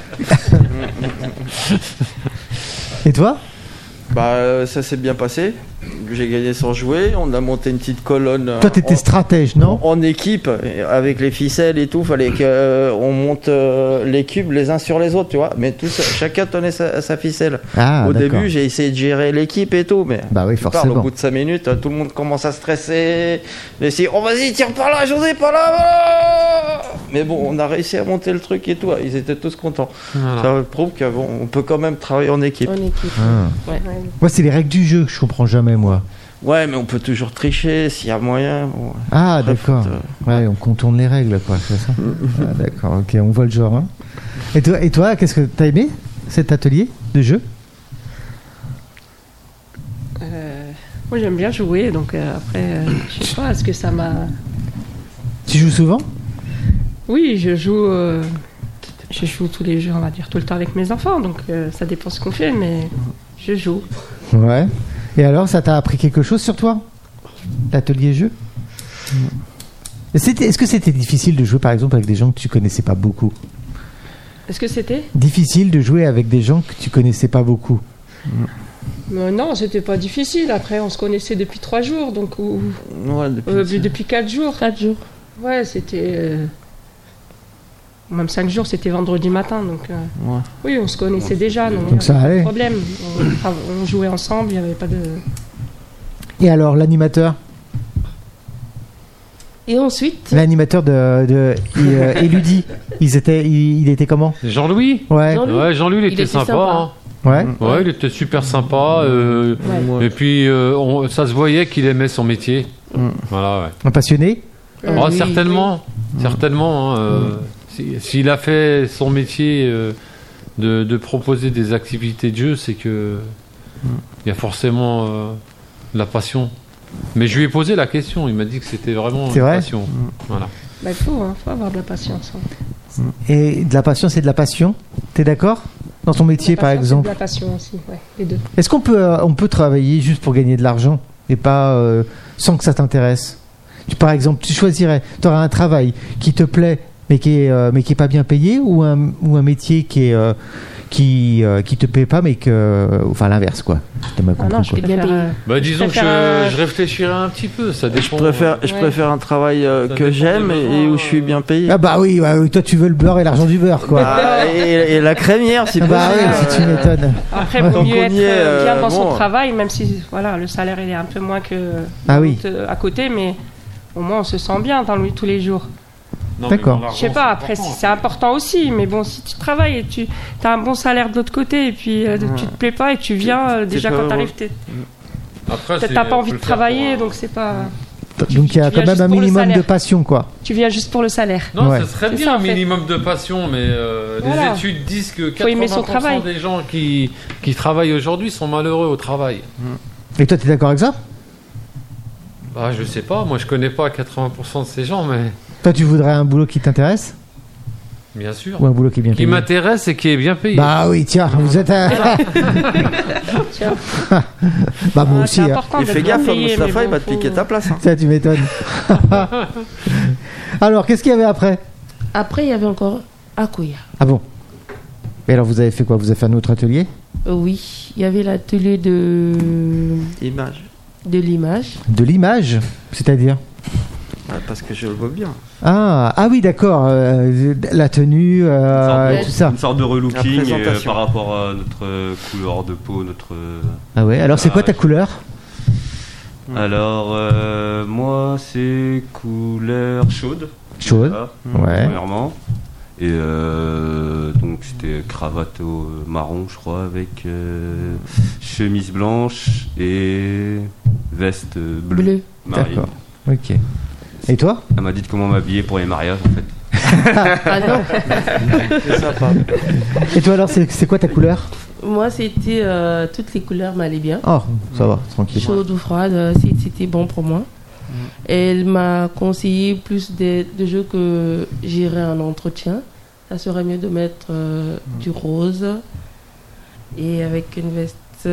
Speaker 2: Et toi ?
Speaker 6: Bah, ça s'est bien passé. J'ai gagné sans jouer. On a monté une petite colonne.
Speaker 2: Toi, t'étais stratège, non ?
Speaker 6: En équipe, avec les ficelles et tout. Fallait qu'on monte les cubes les uns sur les autres, tu vois. Mais chacun tenait sa ficelle. Au début, j'ai essayé de gérer l'équipe et tout. Mais
Speaker 2: bah oui, forcément.
Speaker 6: Au bout de 5 minutes, tout le monde commence à stresser. Oh, vas-y, tire par là, José, par là, voilà. Mais bon, on a réussi à monter le truc et tout. Ils étaient tous contents. Voilà. Ça prouve qu'on peut quand même travailler en équipe.
Speaker 3: En équipe.
Speaker 2: Ouais. Moi, c'est les règles du jeu que je comprends jamais, moi.
Speaker 6: Ouais, mais on peut toujours tricher s'il y a moyen. Bon.
Speaker 2: Ah, d'accord. Ouais, on contourne les règles, quoi, c'est ça. Ah, d'accord, ok, on voit le genre. Hein. Et toi, qu'est-ce que t'as aimé cet atelier de jeu ?
Speaker 4: Moi, j'aime bien jouer, donc après, je sais pas, est-ce que ça m'a...
Speaker 2: Tu joues souvent ?
Speaker 4: Oui, je joue tous les jours, on va dire, tout le temps avec mes enfants, donc ça dépend ce qu'on fait, mais je joue.
Speaker 2: Ouais. Et alors, ça t'a appris quelque chose sur toi ? L'atelier jeu ? Est-ce que c'était difficile de jouer, par exemple, avec des gens que tu connaissais pas beaucoup ?
Speaker 4: Est-ce que c'était
Speaker 2: difficile de jouer avec des gens que tu connaissais pas beaucoup ?
Speaker 4: Non, c'était pas difficile. Après, on se connaissait depuis 3 jours, donc depuis 4 jours.
Speaker 3: 4 jours.
Speaker 4: Ouais, c'était... Même 5 jours, c'était vendredi matin, donc oui, on se connaissait déjà, donc
Speaker 2: ça allait.
Speaker 4: Pas de problème. On jouait ensemble, il n'y avait pas de...
Speaker 2: Et alors, l'animateur ?
Speaker 3: Et ensuite
Speaker 2: L'animateur de Eludie, il était comment ?
Speaker 1: Jean-Louis ?
Speaker 2: Ouais.
Speaker 1: Jean-Louis, il était sympa. Hein.
Speaker 2: Ouais,
Speaker 1: il était super sympa. Et puis, ça se voyait qu'il aimait son métier. Voilà, ouais.
Speaker 2: Un passionné ?
Speaker 1: Oui, certainement. Certainement. S'il a fait son métier de proposer des activités de jeu, c'est que il y a forcément de la passion. Mais je lui ai posé la question, il m'a dit que c'était vraiment une passion. Voilà.
Speaker 4: Bah, il faut avoir de la patience. Hein.
Speaker 2: Et de la patience et de la passion, t'es d'accord ? Dans ton métier, par exemple.
Speaker 4: Et de la passion aussi, ouais, les deux.
Speaker 2: Est-ce qu'on peut travailler juste pour gagner de l'argent et pas sans que ça t'intéresse ? Par exemple, tu choisirais, tu auras un travail qui te plaît mais qui est pas bien payé, ou un métier qui te paie pas mais enfin l'inverse, quoi.
Speaker 4: Non, je
Speaker 1: disons que je réfléchirais un petit peu, ça dépend.
Speaker 6: Je préfère un travail que j'aime et où je suis bien payé.
Speaker 2: Ah bah oui, toi tu veux le beurre et l'argent du beurre, quoi.
Speaker 6: Et la crémière, si possible.
Speaker 2: Bah oui, si tu m'étonnes.
Speaker 4: Après, il vaut mieux être bien dans son travail, même si le salaire il est un peu moins que à côté, mais au moins on se sent bien dans tous les jours.
Speaker 1: Non,
Speaker 2: d'accord.
Speaker 4: Je sais pas, après c'est important aussi, mais bon, si tu travailles et tu as un bon salaire de l'autre côté et puis tu te plais pas et tu viens déjà quand t'arrives, peut-être t'as pas envie de travailler, donc c'est pas...
Speaker 2: Donc il y a quand même un minimum de passion, quoi.
Speaker 4: Tu viens juste pour le salaire.
Speaker 1: Non, ça serait bien un minimum de passion, mais les études disent que 80% des gens qui travaillent aujourd'hui sont malheureux au travail.
Speaker 2: Et toi, tu es d'accord avec ça ?
Speaker 1: Bah, je sais pas, moi je connais pas 80% de ces gens, mais...
Speaker 2: Toi, tu voudrais un boulot qui t'intéresse ?
Speaker 1: Bien sûr.
Speaker 2: Ou un boulot qui est bien
Speaker 1: Qui
Speaker 2: payé?
Speaker 1: m'intéresse et qui est bien payé.
Speaker 2: Bah oui, tiens, vous êtes
Speaker 4: Tiens.
Speaker 2: Bah moi
Speaker 4: C'est
Speaker 2: aussi. Hein.
Speaker 4: important
Speaker 6: Il
Speaker 4: d'être
Speaker 6: fait
Speaker 4: bien
Speaker 6: gaffe,
Speaker 4: payé,
Speaker 6: Mustapha,
Speaker 4: mais
Speaker 6: il va te
Speaker 4: bon,
Speaker 6: piquer ta place. Hein.
Speaker 2: Ça, tu m'étonnes. Alors, qu'est-ce qu'il y avait après?
Speaker 3: Après, il y avait encore Akuya.
Speaker 2: Ah bon? Et alors, vous avez fait quoi? Vous avez fait un autre atelier?
Speaker 3: Oui, il y avait l'atelier de
Speaker 6: Image.
Speaker 3: l'image.
Speaker 2: De l'image? C'est-à-dire?
Speaker 6: Ouais, parce que je le vois bien.
Speaker 2: Ah oui, d'accord. La tenue, tout ça.
Speaker 5: Une sorte de
Speaker 6: La
Speaker 5: relooking
Speaker 6: présentation.
Speaker 5: par rapport à notre couleur de peau, notre.
Speaker 2: Ah ouais, alors c'est quoi ta couleur?
Speaker 5: Alors, moi, c'est couleur chaude.
Speaker 2: Chaude.
Speaker 5: Voilà,
Speaker 2: Ouais.
Speaker 5: premièrement. Et donc, c'était cravate au marron, je crois, avec chemise blanche et veste bleue.
Speaker 3: Bleu.
Speaker 5: Marine.
Speaker 2: D'accord. Ok. Et toi?
Speaker 5: Elle m'a dit de comment m'habiller pour les mariages, en fait.
Speaker 3: Ah non,
Speaker 6: C'est sympa.
Speaker 2: Et toi alors, c'est quoi ta couleur?
Speaker 3: moi c'était toutes les couleurs m'allaient bien.
Speaker 2: Oh, ça va, tranquille.
Speaker 3: Chaude ou froide, c'était bon pour moi. Et elle m'a conseillé plus de jeux que j'irais en entretien. Ça serait mieux de mettre du rose et avec une veste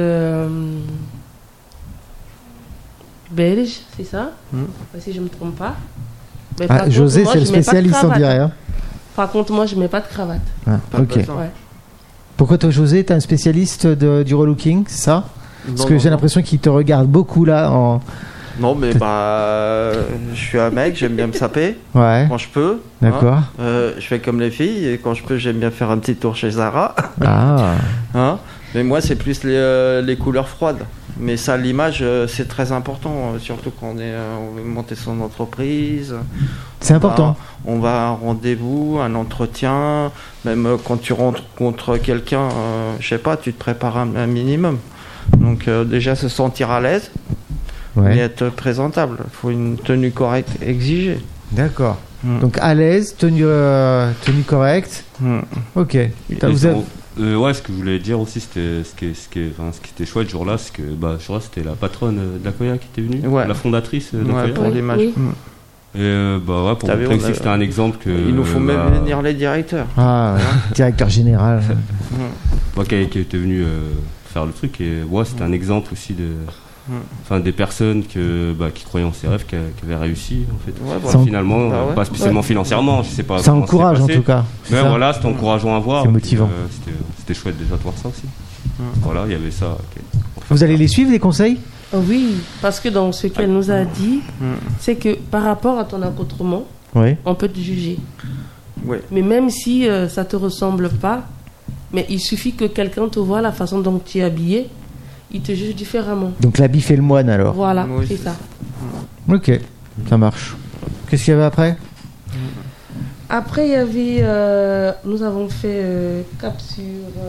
Speaker 3: belge, c'est ça? Si je me trompe pas. Mais par
Speaker 2: Ah,
Speaker 3: contre,
Speaker 2: José,
Speaker 3: moi,
Speaker 2: c'est le
Speaker 3: je mets pas de
Speaker 2: spécialiste, on
Speaker 3: cravate.
Speaker 2: dirait. Hein.
Speaker 3: Par contre, moi, je mets pas de cravate.
Speaker 2: Ah,
Speaker 6: Pas
Speaker 2: ok.
Speaker 6: besoin.
Speaker 3: Ouais.
Speaker 2: Pourquoi toi, José, t'es un spécialiste du relooking, c'est ça? Parce
Speaker 6: Non,
Speaker 2: que
Speaker 6: non,
Speaker 2: j'ai
Speaker 6: non.
Speaker 2: l'impression qu'il te regarde beaucoup là.
Speaker 6: Non, mais je suis un mec, j'aime bien me saper
Speaker 2: Ouais,
Speaker 6: quand je peux.
Speaker 2: d'accord.
Speaker 6: Hein. Je fais comme les filles et quand je peux, j'aime bien faire un petit tour chez Zara.
Speaker 2: Ah,
Speaker 6: Hein. Mais moi, c'est plus les couleurs froides. Mais ça, l'image, c'est très important, surtout quand on veut monter son entreprise.
Speaker 2: c'est important.
Speaker 6: On va à un rendez-vous, un entretien, même quand tu rencontres quelqu'un, je sais pas, tu te prépares un minimum. Donc déjà se sentir à l'aise et
Speaker 2: Ouais,
Speaker 6: être présentable. Il faut une tenue correcte exigée.
Speaker 2: d'accord.
Speaker 6: Mm.
Speaker 2: Donc à l'aise, tenue correcte.
Speaker 6: Mm.
Speaker 2: Ok.
Speaker 5: Et
Speaker 2: Vous avez-
Speaker 5: ouais, ce que je voulais dire aussi, c'était ce qui était chouette ce jour-là, c'est que je crois que c'était la patronne d'Akoya qui était venue,
Speaker 6: Ouais.
Speaker 5: la fondatrice
Speaker 6: Ouais,
Speaker 5: d'Akoya.
Speaker 6: pour
Speaker 3: Oui,
Speaker 6: l'image.
Speaker 3: oui.
Speaker 6: Mm.
Speaker 5: Et pour
Speaker 6: T'as vu,
Speaker 5: montrer
Speaker 6: on
Speaker 5: aussi
Speaker 6: a-
Speaker 5: que c'était un exemple que.
Speaker 6: Il nous faut même venir les directeurs.
Speaker 2: Ah, ouais. Directeur général.
Speaker 5: Moi qui était venu faire le truc, et c'était un exemple aussi des personnes qui croyaient en ses rêves, qui avaient réussi en fait.
Speaker 6: Ouais,
Speaker 2: Ça en-
Speaker 5: Finalement,
Speaker 6: Bah ouais.
Speaker 5: pas spécialement financièrement, je sais pas.
Speaker 2: Ça
Speaker 5: comment
Speaker 2: encourage
Speaker 5: s'est
Speaker 2: en
Speaker 5: passé.
Speaker 2: tout cas. c'est
Speaker 5: Mais
Speaker 2: ça
Speaker 5: voilà, c'était encourageant à voir.
Speaker 2: C'est
Speaker 5: et puis,
Speaker 2: motivant.
Speaker 5: C'était chouette déjà de voir ça aussi. Voilà, il y avait ça.
Speaker 2: Vous allez les suivre, les conseils?
Speaker 3: Oui, parce que dans ce qu'elle nous a dit,
Speaker 6: Mm.
Speaker 3: c'est que par rapport à ton accoutrement,
Speaker 2: Oui.
Speaker 3: on peut te juger.
Speaker 6: Ouais.
Speaker 3: Mais même si ça te ressemble pas, mais il suffit que quelqu'un te voit la façon dont tu es habillé, il te juge différemment.
Speaker 2: Donc l'habit fait le moine alors.
Speaker 3: Voilà,
Speaker 6: Oui,
Speaker 3: c'est
Speaker 6: c'est
Speaker 3: ça.
Speaker 2: Ok, ça marche. Qu'est-ce qu'il y avait après?
Speaker 3: Après, il y avait, nous avons fait cap sur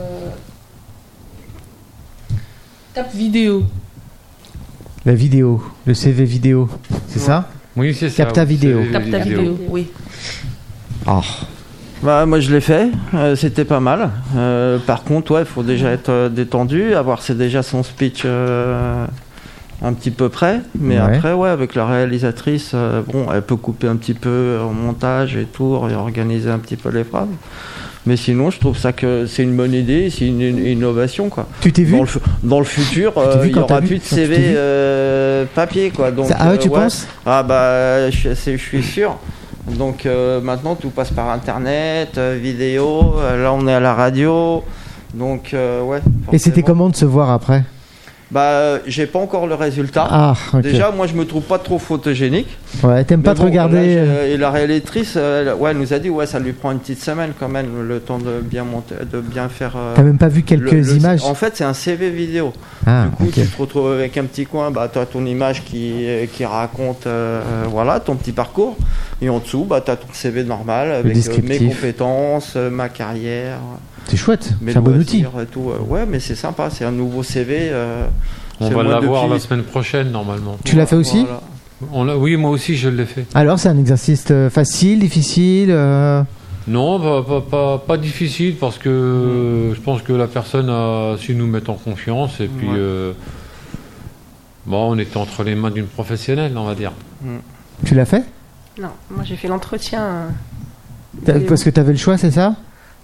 Speaker 3: cap vidéo.
Speaker 2: La vidéo, le CV vidéo, c'est ça?
Speaker 1: Oui, c'est ça.
Speaker 2: Capta vidéo.
Speaker 1: C'est
Speaker 3: Capta vidéo, oui.
Speaker 2: Ah,
Speaker 6: Bah, moi je l'ai fait, c'était pas mal. Par contre, il faut déjà être détendu, avoir déjà son speech un petit peu prêt. Mais
Speaker 2: Ouais.
Speaker 6: après, avec la réalisatrice, elle peut couper un petit peu en montage et tout, réorganiser un petit peu les phrases. Mais sinon, je trouve ça que c'est une bonne idée, c'est une innovation quoi.
Speaker 2: tu t'es vu?
Speaker 6: Dans le futur,
Speaker 2: t'es vu
Speaker 6: il y
Speaker 2: quand
Speaker 6: aura
Speaker 2: t'as vu
Speaker 6: plus de
Speaker 2: quand tu t'es
Speaker 6: CV
Speaker 2: vu
Speaker 6: papier quoi. Donc,
Speaker 2: Ah ouais, tu penses?
Speaker 6: Ah bah, je suis sûr. Donc maintenant, tout passe par Internet, vidéo. Là, on est à la radio. Donc
Speaker 2: Et c'était
Speaker 6: forcément.
Speaker 2: comment de se voir après?
Speaker 6: Bah, j'ai pas encore le résultat.
Speaker 2: Ah, ok.
Speaker 6: Déjà, moi, je me trouve pas trop photogénique.
Speaker 2: Ouais, t'aimes pas
Speaker 6: Mais
Speaker 2: te
Speaker 6: bon,
Speaker 2: regarder.
Speaker 6: là, et la réalisatrice, elle nous a dit, ça lui prend une petite semaine quand même, le temps de bien monter, de bien faire.
Speaker 2: T'as même pas vu quelques images?
Speaker 6: En fait, c'est un CV vidéo.
Speaker 2: Ah,
Speaker 6: Du coup,
Speaker 2: ok.
Speaker 6: tu te retrouves avec un petit coin, tu as ton image qui raconte ton petit parcours. Et en dessous, tu as ton CV normal avec mes
Speaker 2: descriptif.
Speaker 6: compétences, ma carrière,
Speaker 2: C'est chouette,
Speaker 6: mes
Speaker 2: c'est un bon outil.
Speaker 6: loisirs et tout. Ouais, mais c'est sympa, c'est un nouveau CV.
Speaker 1: On
Speaker 6: c'est
Speaker 1: va
Speaker 6: moi
Speaker 1: l'avoir
Speaker 6: depuis-
Speaker 1: la semaine prochaine normalement.
Speaker 2: Tu l'as fait aussi?
Speaker 6: Voilà.
Speaker 1: Oui, moi aussi je l'ai fait.
Speaker 2: Alors, c'est un exercice facile, difficile
Speaker 1: Non, pas difficile parce que je pense que la personne a su nous mettre en confiance et puis
Speaker 6: Ouais.
Speaker 1: on était entre les mains d'une professionnelle, on va dire.
Speaker 2: Tu l'as fait?
Speaker 4: Non, moi j'ai fait l'entretien
Speaker 2: Parce que tu avais le choix, c'est ça?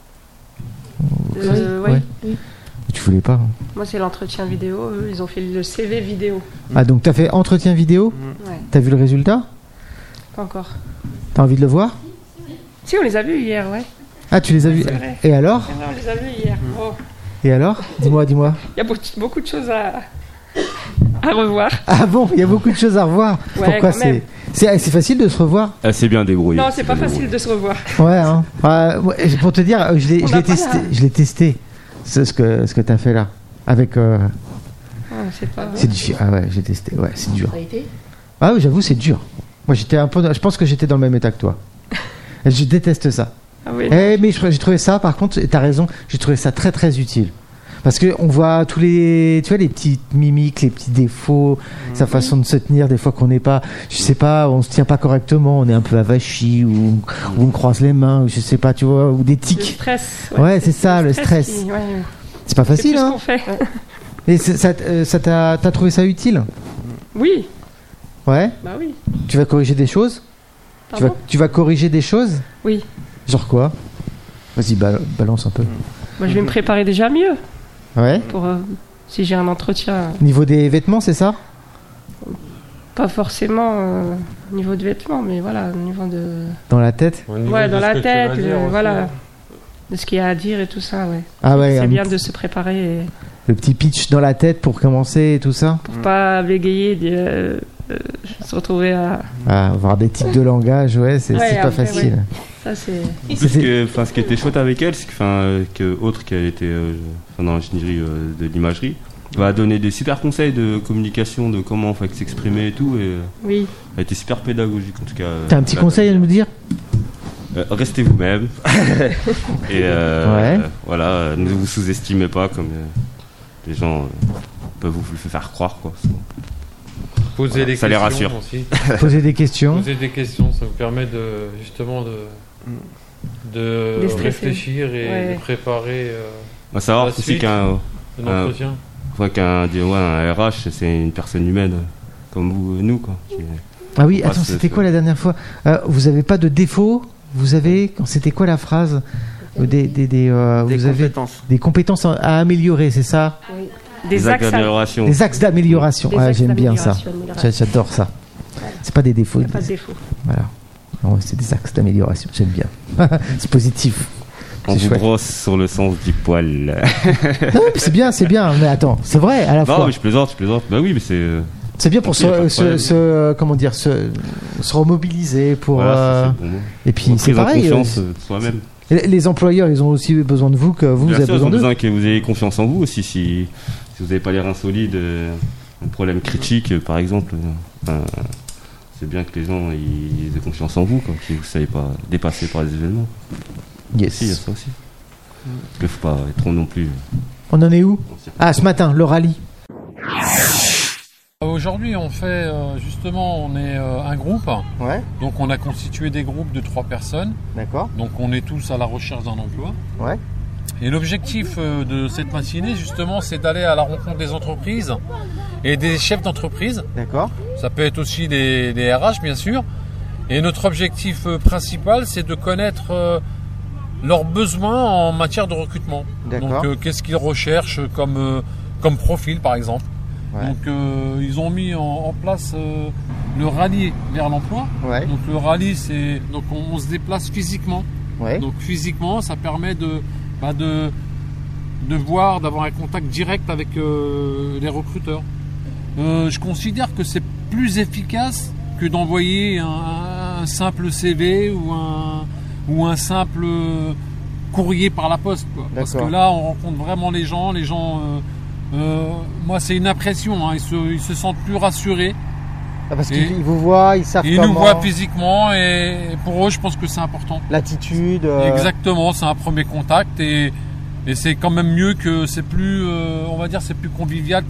Speaker 4: Oui.
Speaker 2: Tu voulais pas?
Speaker 4: Moi, c'est l'entretien vidéo. Eux, ils ont fait le CV vidéo.
Speaker 2: Ah, donc tu as fait entretien vidéo?
Speaker 4: Ouais.
Speaker 2: Tu as vu le résultat?
Speaker 4: Pas encore.
Speaker 2: Tu as envie de le voir?
Speaker 4: Si, on les a vus hier, ouais.
Speaker 2: Ah, tu les as vus? Et alors?
Speaker 4: C'est vrai, on les a vus hier. Oh.
Speaker 2: Et alors? Dis-moi.
Speaker 4: Il y a beaucoup de choses à revoir.
Speaker 2: Ah bon, il y a beaucoup de choses à revoir.
Speaker 4: Ouais,
Speaker 2: pourquoi c'est facile de se revoir?
Speaker 5: C'est bien débrouillé.
Speaker 4: Non, c'est pas facile de se revoir.
Speaker 2: Ouais, hein. Pour te dire, je l'ai testé. C'est ce que tu as fait là. Avec.
Speaker 4: C'est
Speaker 2: dur. Ah ouais, j'ai testé. Ouais, c'est dur.
Speaker 3: Ça a été?
Speaker 2: Ah oui, j'avoue, c'est dur. Moi, je pense que j'étais dans le même état que toi. Je déteste ça.
Speaker 4: Ah oui.
Speaker 2: Mais j'ai trouvé ça, par contre, tu as raison, j'ai trouvé ça très très utile. Parce qu'on voit tous les petites mimiques, les petits défauts, sa façon de se tenir, des fois qu'on n'est pas, je sais pas, on se tient pas correctement, on est un peu avachi, ou on croise les mains, ou je sais pas, tu vois, ou des tics.
Speaker 4: Le stress.
Speaker 2: Ouais, c'est ça, le stress. C'est pas facile, hein.
Speaker 4: C'est tout ce qu'on fait.
Speaker 2: Et ça t'as trouvé ça utile?
Speaker 4: Oui.
Speaker 2: Ouais.
Speaker 4: Bah oui.
Speaker 2: Tu vas corriger des choses? Tu vas corriger des choses?
Speaker 4: Oui.
Speaker 2: Genre quoi? Vas-y, balance un peu.
Speaker 4: Moi, je vais me préparer déjà mieux.
Speaker 2: Ouais.
Speaker 4: Pour si j'ai un entretien.
Speaker 2: Niveau des vêtements, c'est ça?
Speaker 4: Pas forcément au niveau de vêtements, mais voilà, au niveau de.
Speaker 2: Dans la tête?
Speaker 4: Ouais, dans la tête, voilà. De ce qu'il y a à dire et tout ça, ouais.
Speaker 2: Ah ouais.
Speaker 4: C'est bien de se préparer.
Speaker 2: Le petit pitch dans la tête pour commencer et tout ça?
Speaker 4: Pour pas bégayer, se retrouver à.
Speaker 2: Avoir des tics de langage, ouais, c'est pas facile.
Speaker 4: Ouais. Ça, c'est.
Speaker 5: Ce qui était chouette avec elle, c'est que autre qu'elle était dans l'ingénierie de l'imagerie, va donner des super conseils de communication, de comment on fait s'exprimer et tout. Et,
Speaker 4: oui.
Speaker 5: Elle était super pédagogique en tout cas.
Speaker 2: T'as un petit conseil à nous dire?
Speaker 5: Restez vous-même. Et voilà, ne vous sous-estimez pas comme les gens peuvent vous faire croire, quoi.
Speaker 1: Poser des
Speaker 5: ça
Speaker 1: questions
Speaker 5: les rassure
Speaker 1: aussi.
Speaker 2: Poser des questions.
Speaker 1: Poser des questions, ça vous permet de réfléchir et de préparer.
Speaker 5: Savoir aussi qu'un RH, c'est une personne humaine comme nous, quoi.
Speaker 2: Ah oui, attends, c'était quoi la dernière fois? Vous avez pas de défaut? Vous avez, c'était quoi la phrase? Vous avez des compétences à améliorer, c'est ça?
Speaker 4: Oui.
Speaker 5: Des axes d'amélioration.
Speaker 2: Des axes d'amélioration. J'aime bien ça. J'adore ça. C'est pas des défauts.
Speaker 4: Il n'y a pas de défauts.
Speaker 2: Voilà. Non, c'est des axes d'amélioration. J'aime bien. C'est positif.
Speaker 5: On vous brosse sur le sens du poil.
Speaker 2: Non, c'est bien. Mais attends, c'est vrai à la fois.
Speaker 5: Non, mais je plaisante. Bah oui, mais c'est.
Speaker 2: C'est bien pour comment dire, se remobiliser pour.
Speaker 5: Voilà,
Speaker 2: et puis c'est pareil.
Speaker 5: Confiance de soi-même.
Speaker 2: Les employeurs, ils ont aussi besoin de vous que vous avez besoin d'eux.
Speaker 5: Ils ont besoin que vous ayez confiance en vous aussi. Si vous n'avez pas les reins solides, un problème critique, par exemple, c'est bien que les gens ils aient confiance en vous, quoi, que vous ne savez pas dépasser par les événements.
Speaker 2: Yes.
Speaker 5: Il y a ça aussi. Il ne faut pas être trop non plus.
Speaker 2: On en est où? Ce matin, le rallye.
Speaker 1: Aujourd'hui, on fait on est un groupe.
Speaker 2: Ouais.
Speaker 1: Donc, on a constitué des groupes de 3 personnes.
Speaker 2: D'accord.
Speaker 1: Donc, on est tous à la recherche d'un emploi.
Speaker 2: Ouais.
Speaker 1: Et l'objectif de cette matinée, justement, c'est d'aller à la rencontre des entreprises et des chefs d'entreprise.
Speaker 2: D'accord.
Speaker 1: Ça peut être aussi des RH, bien sûr. Et notre objectif principal, c'est de connaître leurs besoins en matière de recrutement.
Speaker 2: D'accord.
Speaker 1: Donc, qu'est-ce qu'ils recherchent comme profil, par exemple.
Speaker 2: Ouais.
Speaker 1: Donc ils ont mis en place le rallye vers l'emploi.
Speaker 2: Ouais.
Speaker 1: Donc le rallye, c'est donc on se déplace physiquement.
Speaker 2: Ouais.
Speaker 1: Donc physiquement, ça permet de voir, d'avoir un contact direct avec les recruteurs. Je considère que c'est plus efficace que d'envoyer un simple CV ou un simple courrier par la poste, quoi. Parce que là, on rencontre vraiment les gens. Moi, c'est une impression. Ils se sentent plus rassurés.
Speaker 2: Parce qu'ils vous voient, ils savent
Speaker 1: comment. Ils nous voient physiquement et pour eux, je pense que c'est important.
Speaker 2: L'attitude.
Speaker 1: Exactement, c'est un premier contact et c'est quand même mieux que c'est plus, on va dire, c'est plus convivial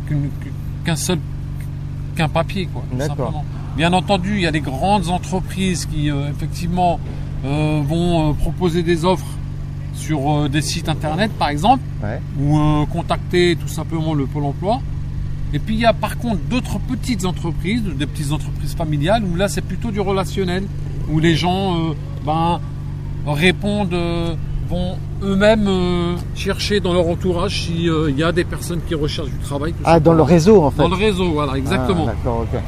Speaker 1: qu'un papier, quoi. Tout simplement. Bien entendu, il y a des grandes entreprises qui effectivement vont proposer des offres sur des sites internet, par exemple, ou contacter tout simplement le Pôle emploi. Et puis il y a par contre d'autres petites entreprises, des petites entreprises familiales, où là c'est plutôt du relationnel, où les gens répondent, vont eux-mêmes chercher dans leur entourage s'il y a des personnes qui recherchent du travail.
Speaker 2: Dans le réseau en fait.
Speaker 1: Dans le réseau, voilà, exactement.
Speaker 2: D'accord, ok.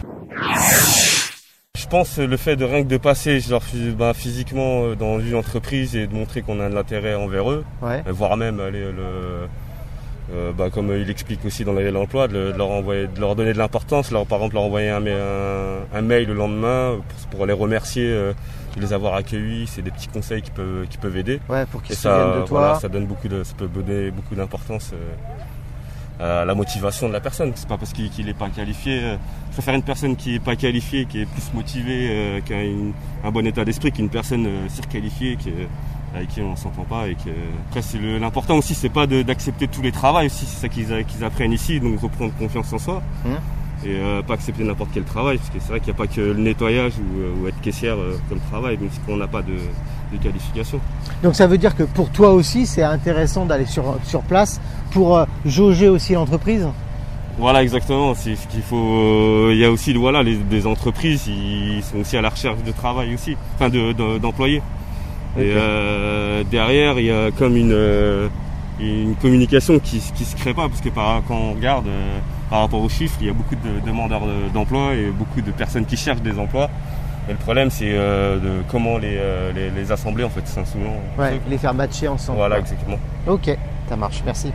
Speaker 5: Je pense le fait de rien que de passer physiquement dans une entreprise et de montrer qu'on a de l'intérêt envers eux, voire même aller comme il explique aussi dans l'emploi, de leur donner de l'importance, par exemple leur envoyer un mail le lendemain pour les remercier de les avoir accueillis, c'est des petits conseils qui peuvent aider.
Speaker 2: Ouais, pour qu'ils se souviennent de toi.
Speaker 5: Voilà, ça peut donner beaucoup d'importance à la motivation de la personne. C'est pas parce qu'il n'est pas qualifié. Je préfère une personne qui n'est pas qualifiée, qui est plus motivée, qui a un bon état d'esprit, qu'une personne surqualifiée avec qui on ne s'entend pas. Après, l'important aussi, c'est pas d'accepter tous les travails aussi, c'est ça qu'ils apprennent ici, donc reprendre confiance en soi. Et pas accepter n'importe quel travail, parce que c'est vrai qu'il n'y a pas que le nettoyage ou être caissière comme travail, même si on n'a pas de qualification.
Speaker 2: Donc ça veut dire que pour toi aussi, c'est intéressant d'aller sur place pour jauger aussi l'entreprise.
Speaker 5: Voilà, exactement. C'est ce qu'il faut. Il y a aussi des entreprises, ils sont aussi à la recherche de travail aussi, enfin d'employés. Okay. Et derrière, il y a comme une communication qui se crée pas, parce que quand on regarde par rapport aux chiffres, il y a beaucoup de demandeurs d'emploi et beaucoup de personnes qui cherchent des emplois. Et le problème, c'est de comment les assembler, en fait, c'est souvent.
Speaker 2: Ouais, les faire matcher ensemble.
Speaker 5: Voilà, exactement.
Speaker 2: Ok, ça marche, merci.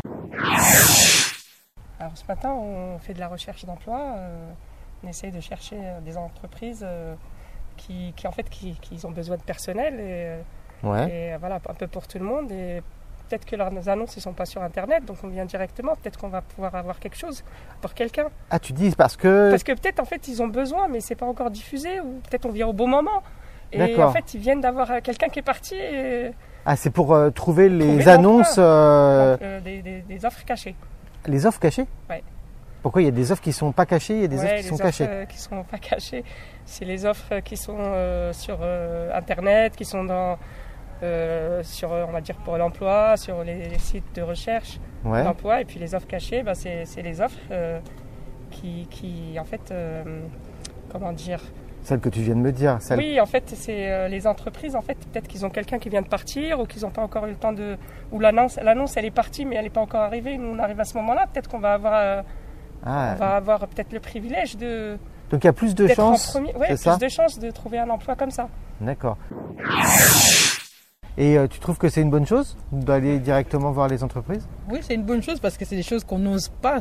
Speaker 4: Alors ce matin, on fait de la recherche d'emploi. On essaye de chercher des entreprises qui ont besoin de personnel et voilà, un peu pour tout le monde. Et peut-être que leurs annonces ne sont pas sur Internet, donc on vient directement. Peut-être qu'on va pouvoir avoir quelque chose pour quelqu'un.
Speaker 2: Ah, tu dis parce que
Speaker 4: peut-être en fait ils ont besoin, mais c'est pas encore diffusé, ou peut-être on vient au bon moment. Et
Speaker 2: D'accord.
Speaker 4: en fait, ils viennent d'avoir quelqu'un qui est parti. Et
Speaker 2: ah, c'est pour trouver les annonces.
Speaker 4: Donc, des offres cachées.
Speaker 2: Les offres cachées ?
Speaker 4: Ouais.
Speaker 2: Pourquoi il y a des offres qui sont pas cachées, il y a des offres qui sont cachées ?
Speaker 4: Les offres qui sont pas cachées, c'est les offres qui sont sur Internet, qui sont sur, on va dire, pour l'emploi, sur les sites de recherche d'emploi. Et puis les offres cachées, c'est les offres qui en fait, comment dire...
Speaker 2: Celle que tu viens de me dire.
Speaker 4: Oui, en fait, c'est les entreprises, en fait, peut-être qu'ils ont quelqu'un qui vient de partir ou qu'ils n'ont pas encore eu le temps de... Ou l'annonce, elle est partie, mais elle n'est pas encore arrivée. Nous, on arrive à ce moment-là. Peut-être qu'on va avoir, on va avoir peut-être le privilège de...
Speaker 2: Donc, il y a plus de chances,
Speaker 4: plus de chances de trouver un emploi comme ça.
Speaker 2: D'accord. Et tu trouves que c'est une bonne chose d'aller directement voir les entreprises ?
Speaker 7: Oui, c'est une bonne chose parce que c'est des choses qu'on n'ose pas.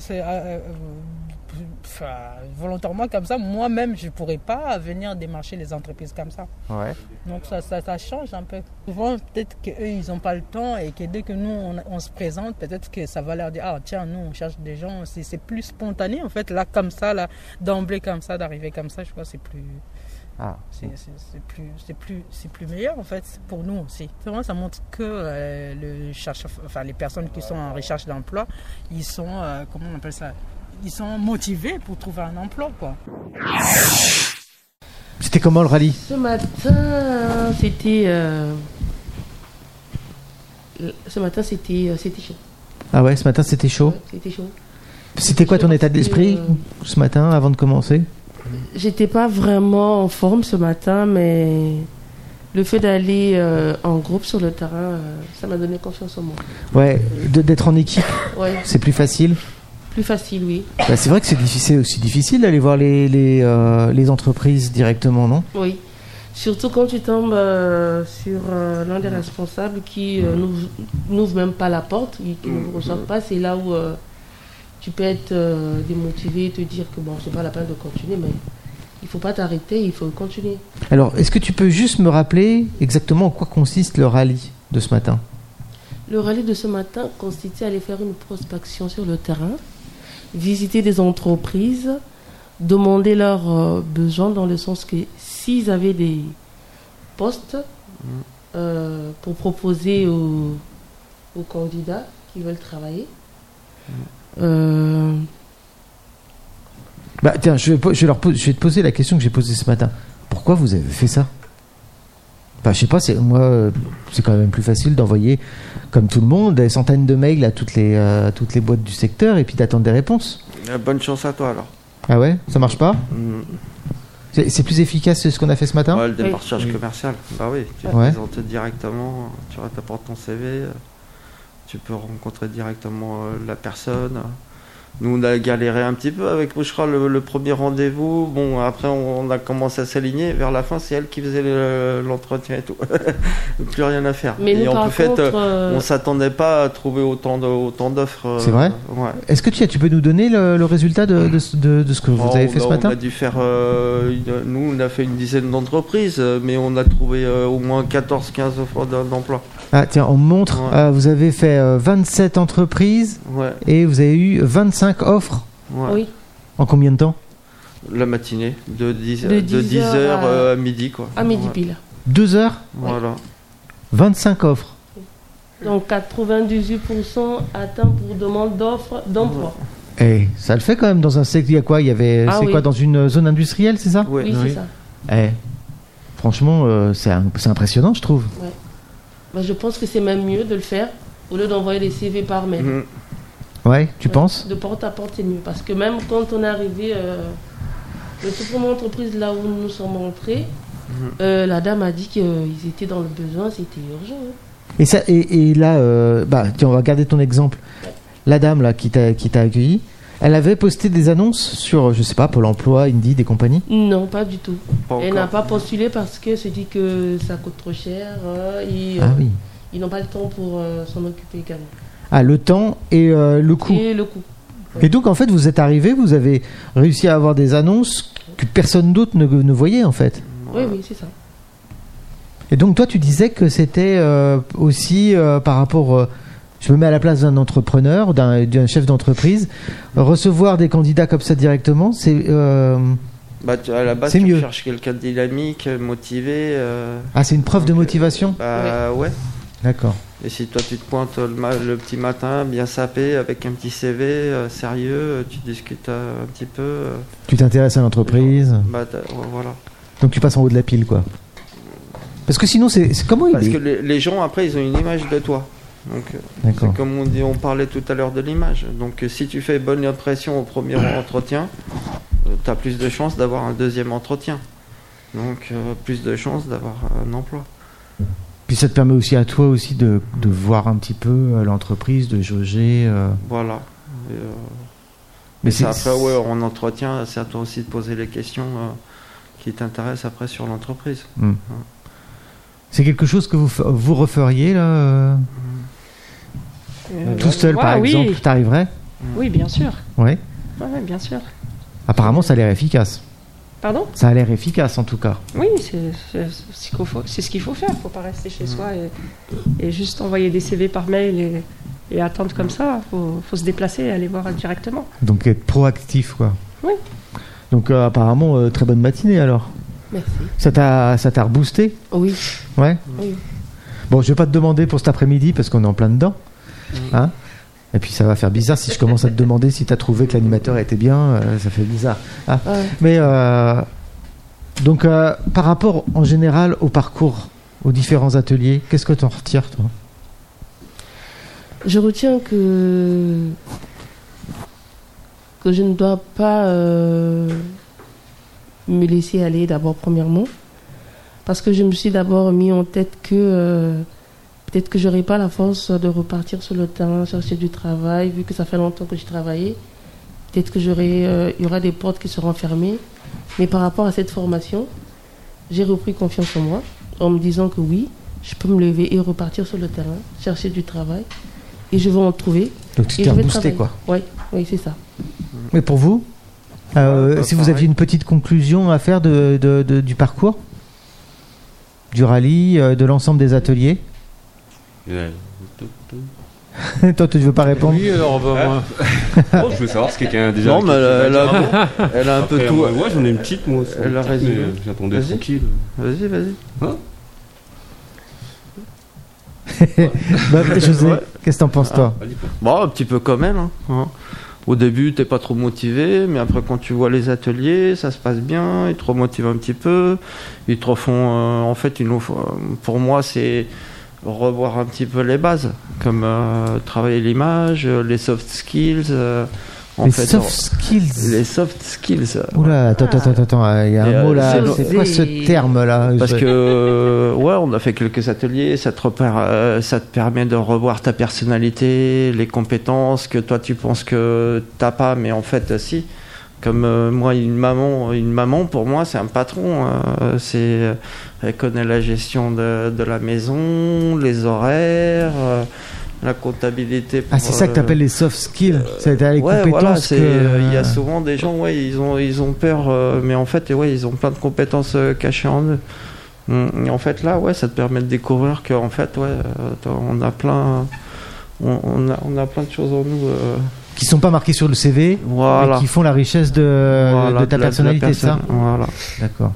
Speaker 7: Volontairement comme ça, moi-même, je ne pourrais pas venir démarcher les entreprises comme ça.
Speaker 2: Ouais.
Speaker 7: Donc ça change un peu. Souvent, peut-être qu'eux, ils n'ont pas le temps et que dès que nous, on se présente, peut-être que ça va leur dire « Ah, tiens, nous, on cherche des gens. » C'est plus spontané, en fait. Là, comme ça, là, d'emblée comme ça, d'arriver comme ça, je crois que c'est plus...
Speaker 2: Ah.
Speaker 7: C'est plus meilleur en fait pour nous aussi. Vraiment, ça montre que les personnes qui sont en recherche d'emploi, ils sont comment on appelle ça ? Ils sont motivés pour trouver un emploi, quoi.
Speaker 2: C'était comment le rallye ?
Speaker 3: Ce matin, c'était chaud.
Speaker 2: Ah ouais, ce matin c'était chaud.
Speaker 3: Ouais, c'était chaud.
Speaker 2: C'était quoi ton état d'esprit ce matin avant de commencer ?
Speaker 3: J'étais pas vraiment en forme ce matin, mais le fait d'aller en groupe sur le terrain, ça m'a donné confiance en moi.
Speaker 2: Ouais, d'être en équipe, c'est plus facile.
Speaker 3: Plus facile, oui.
Speaker 2: Bah, c'est vrai que c'est aussi difficile d'aller voir les entreprises directement, non ?
Speaker 3: Oui, surtout quand tu tombes sur l'un des responsables qui n'ouvre même pas la porte, qui ne vous reçoit pas, c'est là où... tu peux être démotivé et te dire que bon, c'est pas la peine de continuer, mais il faut pas t'arrêter, il faut continuer.
Speaker 2: Alors, est-ce que tu peux juste me rappeler exactement en quoi consiste le rallye de ce matin ?
Speaker 3: Le rallye de ce matin consistait à aller faire une prospection sur le terrain, visiter des entreprises, demander leurs besoins dans le sens que s'ils avaient des postes pour proposer aux candidats qui veulent travailler.
Speaker 2: Bah tiens, je vais te poser la question que j'ai posée ce matin. Pourquoi vous avez fait ça ? Enfin, je sais pas, c'est quand même plus facile d'envoyer, comme tout le monde, des centaines de mails à toutes les boîtes du secteur et puis d'attendre des réponses.
Speaker 6: Bonne chance à toi alors.
Speaker 2: Ah ouais ? Ça marche pas ? C'est plus efficace que ce qu'on a fait ce matin?
Speaker 6: Ouais, le démarchage commercial. Bah oui, tu présentes directement, tu apportes ton CV, tu peux rencontrer directement la personne. Nous, on a galéré un petit peu avec Bouchra le premier rendez-vous. Bon, après, on a commencé à s'aligner. Vers la fin, c'est elle qui faisait l'entretien et tout. Plus rien à faire.
Speaker 3: Mais nous,
Speaker 6: en fait, on s'attendait pas à trouver autant d'offres.
Speaker 2: C'est vrai?
Speaker 6: Ouais.
Speaker 2: Est-ce que tu peux nous donner le résultat de ce que vous avez fait ce matin?
Speaker 6: On a dû faire... nous, on a fait une dizaine d'entreprises, mais on a trouvé au moins 14-15 offres d'emploi.
Speaker 2: Ah tiens, on me montre, vous avez fait 27 entreprises et vous avez eu 25 offres.
Speaker 3: Oui.
Speaker 2: En combien de temps?
Speaker 6: La matinée, de 10h à midi, quoi.
Speaker 3: À midi pile.
Speaker 2: 2 heures?
Speaker 6: Voilà.
Speaker 2: 25 offres.
Speaker 3: Donc 98% atteints pour demande d'emploi.
Speaker 2: Et ça le fait quand même dans un secteur. Il y a quoi? Quoi, dans une zone industrielle, c'est ça?
Speaker 3: Oui, c'est ça.
Speaker 2: Franchement, c'est impressionnant, je trouve.
Speaker 3: Ouais. Bah, je pense que c'est même mieux de le faire au lieu d'envoyer des CV par mail.
Speaker 2: Ouais, tu penses?
Speaker 3: De porte à porte, c'est mieux. Parce que même quand on est arrivé, le tout première entreprise là où nous sommes entrés, la dame a dit qu'ils étaient dans le besoin, c'était urgent. Hein.
Speaker 2: Et là, tiens, on va garder ton exemple. Ouais. La dame là qui t'a accueilli, elle avait posté des annonces sur, je sais pas, Pôle emploi, Indeed et compagnie?
Speaker 3: Non, pas du tout. Elle n'a pas postulé parce qu'elle se dit que ça coûte trop cher. Ils n'ont pas le temps pour s'en occuper également. Ah, le temps et le coût.
Speaker 2: Et le coût. Ouais. Et donc, en fait, vous êtes arrivé, vous avez réussi à avoir des annonces que personne d'autre ne voyait, en fait.
Speaker 3: Oui, c'est ça.
Speaker 2: Et donc, toi, tu disais que c'était aussi par rapport... je me mets à la place d'un entrepreneur, d'un chef d'entreprise. Recevoir des candidats comme ça directement, c'est...
Speaker 6: à la base, tu cherches quelqu'un de dynamique, motivé.
Speaker 2: C'est une preuve de motivation?
Speaker 6: Ouais.
Speaker 2: D'accord.
Speaker 6: Et si toi, tu te pointes le petit matin, bien sapé, avec un petit CV sérieux, tu discutes un petit peu.
Speaker 2: Tu t'intéresses à l'entreprise.
Speaker 6: Voilà.
Speaker 2: Donc tu passes en haut de la pile, quoi. Parce que sinon, c'est comment
Speaker 6: Parce que les gens, après, ils ont une image de toi. Donc, c'est comme on parlait tout à l'heure de l'image. Donc, si tu fais bonne impression au premier entretien, tu as plus de chances d'avoir un deuxième entretien. Donc, plus de chances d'avoir un emploi.
Speaker 2: Puis ça te permet aussi à toi aussi de voir un petit peu l'entreprise, de jauger.
Speaker 6: Voilà. Mais après, en entretien, c'est à toi aussi de poser les questions qui t'intéressent après sur l'entreprise.
Speaker 2: C'est quelque chose que vous referiez là tout seul, par exemple, t'arriverais?
Speaker 4: Oui, bien sûr.
Speaker 2: Ouais.
Speaker 4: Ouais, bien sûr.
Speaker 2: Apparemment, ça a l'air efficace.
Speaker 4: Pardon?
Speaker 2: Ça a l'air efficace, en tout cas.
Speaker 4: Oui, c'est ce qu'il faut faire. Il ne faut pas rester chez soi et juste envoyer des CV par mail et attendre comme ça. Il faut se déplacer et aller voir directement.
Speaker 2: Donc, être proactif, quoi.
Speaker 4: Oui.
Speaker 2: Donc, apparemment, très bonne matinée, alors.
Speaker 3: Merci.
Speaker 2: Ça t'a reboosté?
Speaker 3: Oui.
Speaker 2: Ouais?
Speaker 3: Oui.
Speaker 2: Bon, je vais pas te demander pour cet après-midi parce qu'on est en plein dedans. Hein? Et puis ça va faire bizarre si je commence à te demander si tu as trouvé que l'animateur était bien, ça fait bizarre. Hein? Ouais. Mais donc par rapport en général au parcours, aux différents ateliers, qu'est-ce que tu en retires, toi?
Speaker 3: Je retiens que je ne dois pas me laisser aller d'abord premièrement, parce que je me suis d'abord mis en tête que peut-être que j'aurais pas la force de repartir sur le terrain, chercher du travail, vu que ça fait longtemps que j'ai travaillé. Peut-être que il y aura des portes qui seront fermées. Mais par rapport à cette formation, j'ai repris confiance en moi, en me disant que oui, je peux me lever et repartir sur le terrain, chercher du travail, et je vais en trouver.
Speaker 2: Donc tu t'es reboosté, quoi.
Speaker 3: Oui, c'est ça.
Speaker 2: Mais pour vous, si vous aviez une petite conclusion à faire du parcours, du rallye, de l'ensemble des ateliers? Toi, tu ne veux pas répondre?
Speaker 1: Oui, alors moi.
Speaker 5: Je veux savoir si quelqu'un a déjà.
Speaker 6: Non, mais elle a un peu tout.
Speaker 5: Moi, j'en ai une petite, moi.
Speaker 6: Elle a raison.
Speaker 5: J'attendais tranquille.
Speaker 6: Vas-y.
Speaker 5: Hein?
Speaker 2: José, qu'est-ce que t'en penses, toi?
Speaker 6: Bon, un petit peu quand même. Hein. Au début, t'es pas trop motivé, mais après, quand tu vois les ateliers, ça se passe bien. Ils te remotivent un petit peu. Ils te refont. En fait, pour moi, c'est revoir un petit peu les bases, comme travailler l'image, les soft skills,
Speaker 2: Les soft skills.
Speaker 6: Les soft skills.
Speaker 2: Oula, attends, il y a un mot là. C'est quoi ce terme-là?
Speaker 6: Parce que, on a fait quelques ateliers, ça te permet de revoir ta personnalité, les compétences que toi tu penses que t'as pas, mais en fait, si. Comme moi, une maman, pour moi, c'est un patron. Elle connaît la gestion de la maison, les horaires, la comptabilité.
Speaker 2: C'est ça que tu appelles les soft skills. C'est-à-dire les compétences.
Speaker 6: Il y a souvent des gens, ils ont peur, mais en fait, ils ont plein de compétences cachées en eux. Et en fait, là, ça te permet de découvrir qu'en fait, on a plein de choses en nous.
Speaker 2: Qui sont pas marqués sur le CV, mais qui font la richesse de ta personnalité, ça.
Speaker 6: Voilà.
Speaker 2: D'accord.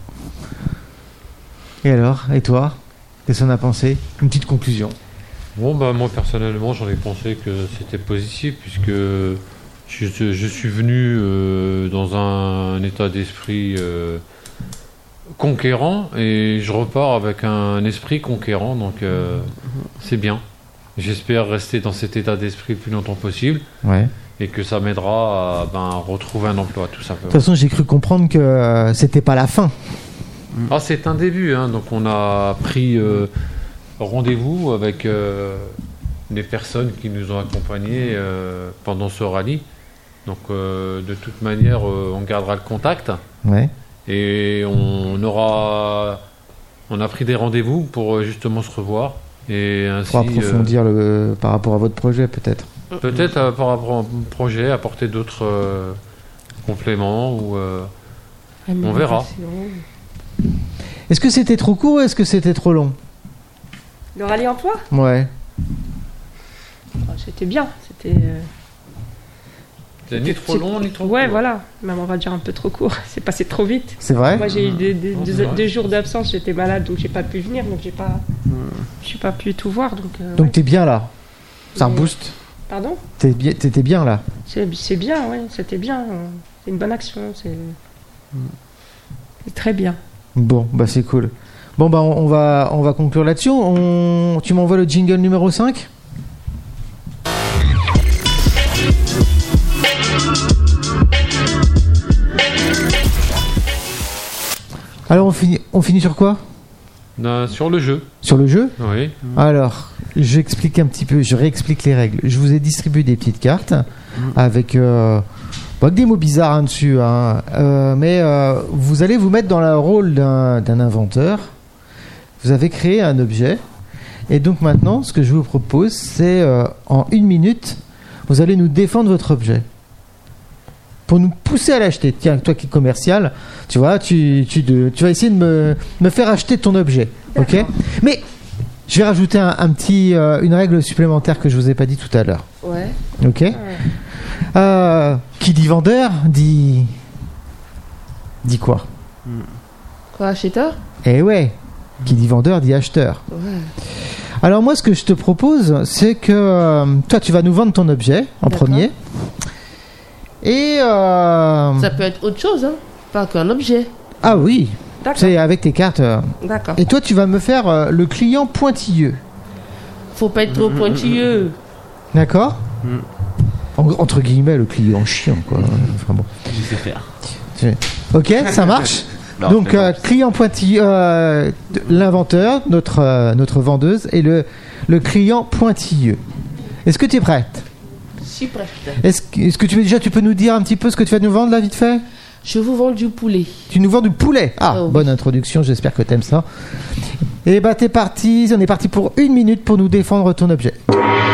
Speaker 2: Et alors, et toi, qu'est-ce qu'on a pensé? Une petite conclusion.
Speaker 1: Bon, moi personnellement, j'en ai pensé que c'était positif, puisque je suis venu dans un état d'esprit conquérant, et je repars avec un esprit conquérant, donc c'est bien. J'espère rester dans cet état d'esprit le plus longtemps possible.
Speaker 2: Ouais.
Speaker 1: Et que ça m'aidera à retrouver un emploi, tout simplement.
Speaker 2: De toute façon, j'ai cru comprendre que c'était pas la fin.
Speaker 1: C'est un début, donc on a pris rendez-vous avec des personnes qui nous ont accompagnés pendant ce rallye. Donc de toute manière, on gardera le contact.
Speaker 2: Ouais.
Speaker 1: Et on a pris des rendez-vous pour justement se revoir. Et ainsi,
Speaker 2: pour approfondir par rapport à votre projet, peut-être.
Speaker 1: Peut-être par rapport au projet, apporter d'autres compléments ou on verra.
Speaker 2: Est-ce que c'était trop court ou est-ce que c'était trop long?
Speaker 4: Le rallye emploi?
Speaker 2: Ouais.
Speaker 4: C'était bien. C'était
Speaker 1: ni trop long ni trop court.
Speaker 4: Ouais, voilà. Même on va dire un peu trop court. C'est passé trop vite.
Speaker 2: C'est vrai?
Speaker 4: Moi j'ai eu deux jours d'absence. J'étais malade donc j'ai pas pu venir. Donc j'ai pas pu tout voir. Donc
Speaker 2: t'es bien là. C'est un boost.
Speaker 4: Pardon?
Speaker 2: T'étais bien là.
Speaker 4: C'est bien, oui, c'était bien. C'est une bonne action, c'est très bien.
Speaker 2: Bon, c'est cool. Bon, on va conclure là-dessus. Tu m'envoies le jingle numéro 5? Alors, on finit sur quoi?
Speaker 1: Sur le jeu.
Speaker 2: Sur le jeu?
Speaker 1: Oui.
Speaker 2: Alors, je réexplique les règles. Je vous ai distribué des petites cartes avec des mots bizarres dessus. Mais vous allez vous mettre dans le rôle d'un inventeur. Vous avez créé un objet. Et donc maintenant, ce que je vous propose, c'est en 1 minute, vous allez nous défendre votre objet. Pour nous pousser à l'acheter. Tiens, toi qui es commercial, tu vois, tu vas essayer de me faire acheter ton objet. Ok? Mais je vais rajouter une règle supplémentaire que je vous ai pas dit tout à l'heure.
Speaker 3: Ouais.
Speaker 2: Ok? Qui dit vendeur dit quoi?
Speaker 3: Quoi, acheteur?
Speaker 2: Eh ouais. Qui dit vendeur dit acheteur.
Speaker 3: Ouais.
Speaker 2: Alors moi, ce que je te propose, c'est que toi, tu vas nous vendre ton objet en premier. Et
Speaker 3: ça peut être autre chose, pas qu'un objet.
Speaker 2: Ah oui.
Speaker 3: D'accord.
Speaker 2: C'est avec tes cartes.
Speaker 3: D'accord.
Speaker 2: Et toi, tu vas me faire le client pointilleux.
Speaker 3: Faut pas être trop pointilleux.
Speaker 2: D'accord. Entre guillemets, le client chiant, quoi. Enfin bon.
Speaker 5: Je sais faire.
Speaker 2: Ok, ça marche. Donc, client pointilleux, l'inventeur, notre vendeuse, et le client pointilleux. Est-ce que tu es prête?
Speaker 3: Je suis prête.
Speaker 2: Est-ce que tu peux nous dire un petit peu ce que tu vas nous vendre là, vite fait?
Speaker 3: Je vous vends du poulet.
Speaker 2: Tu nous vends du poulet? Ah, bonne introduction, j'espère que t'aimes ça. Et t'es parti, on est parti pour 1 minute pour nous défendre ton objet.
Speaker 3: Bon,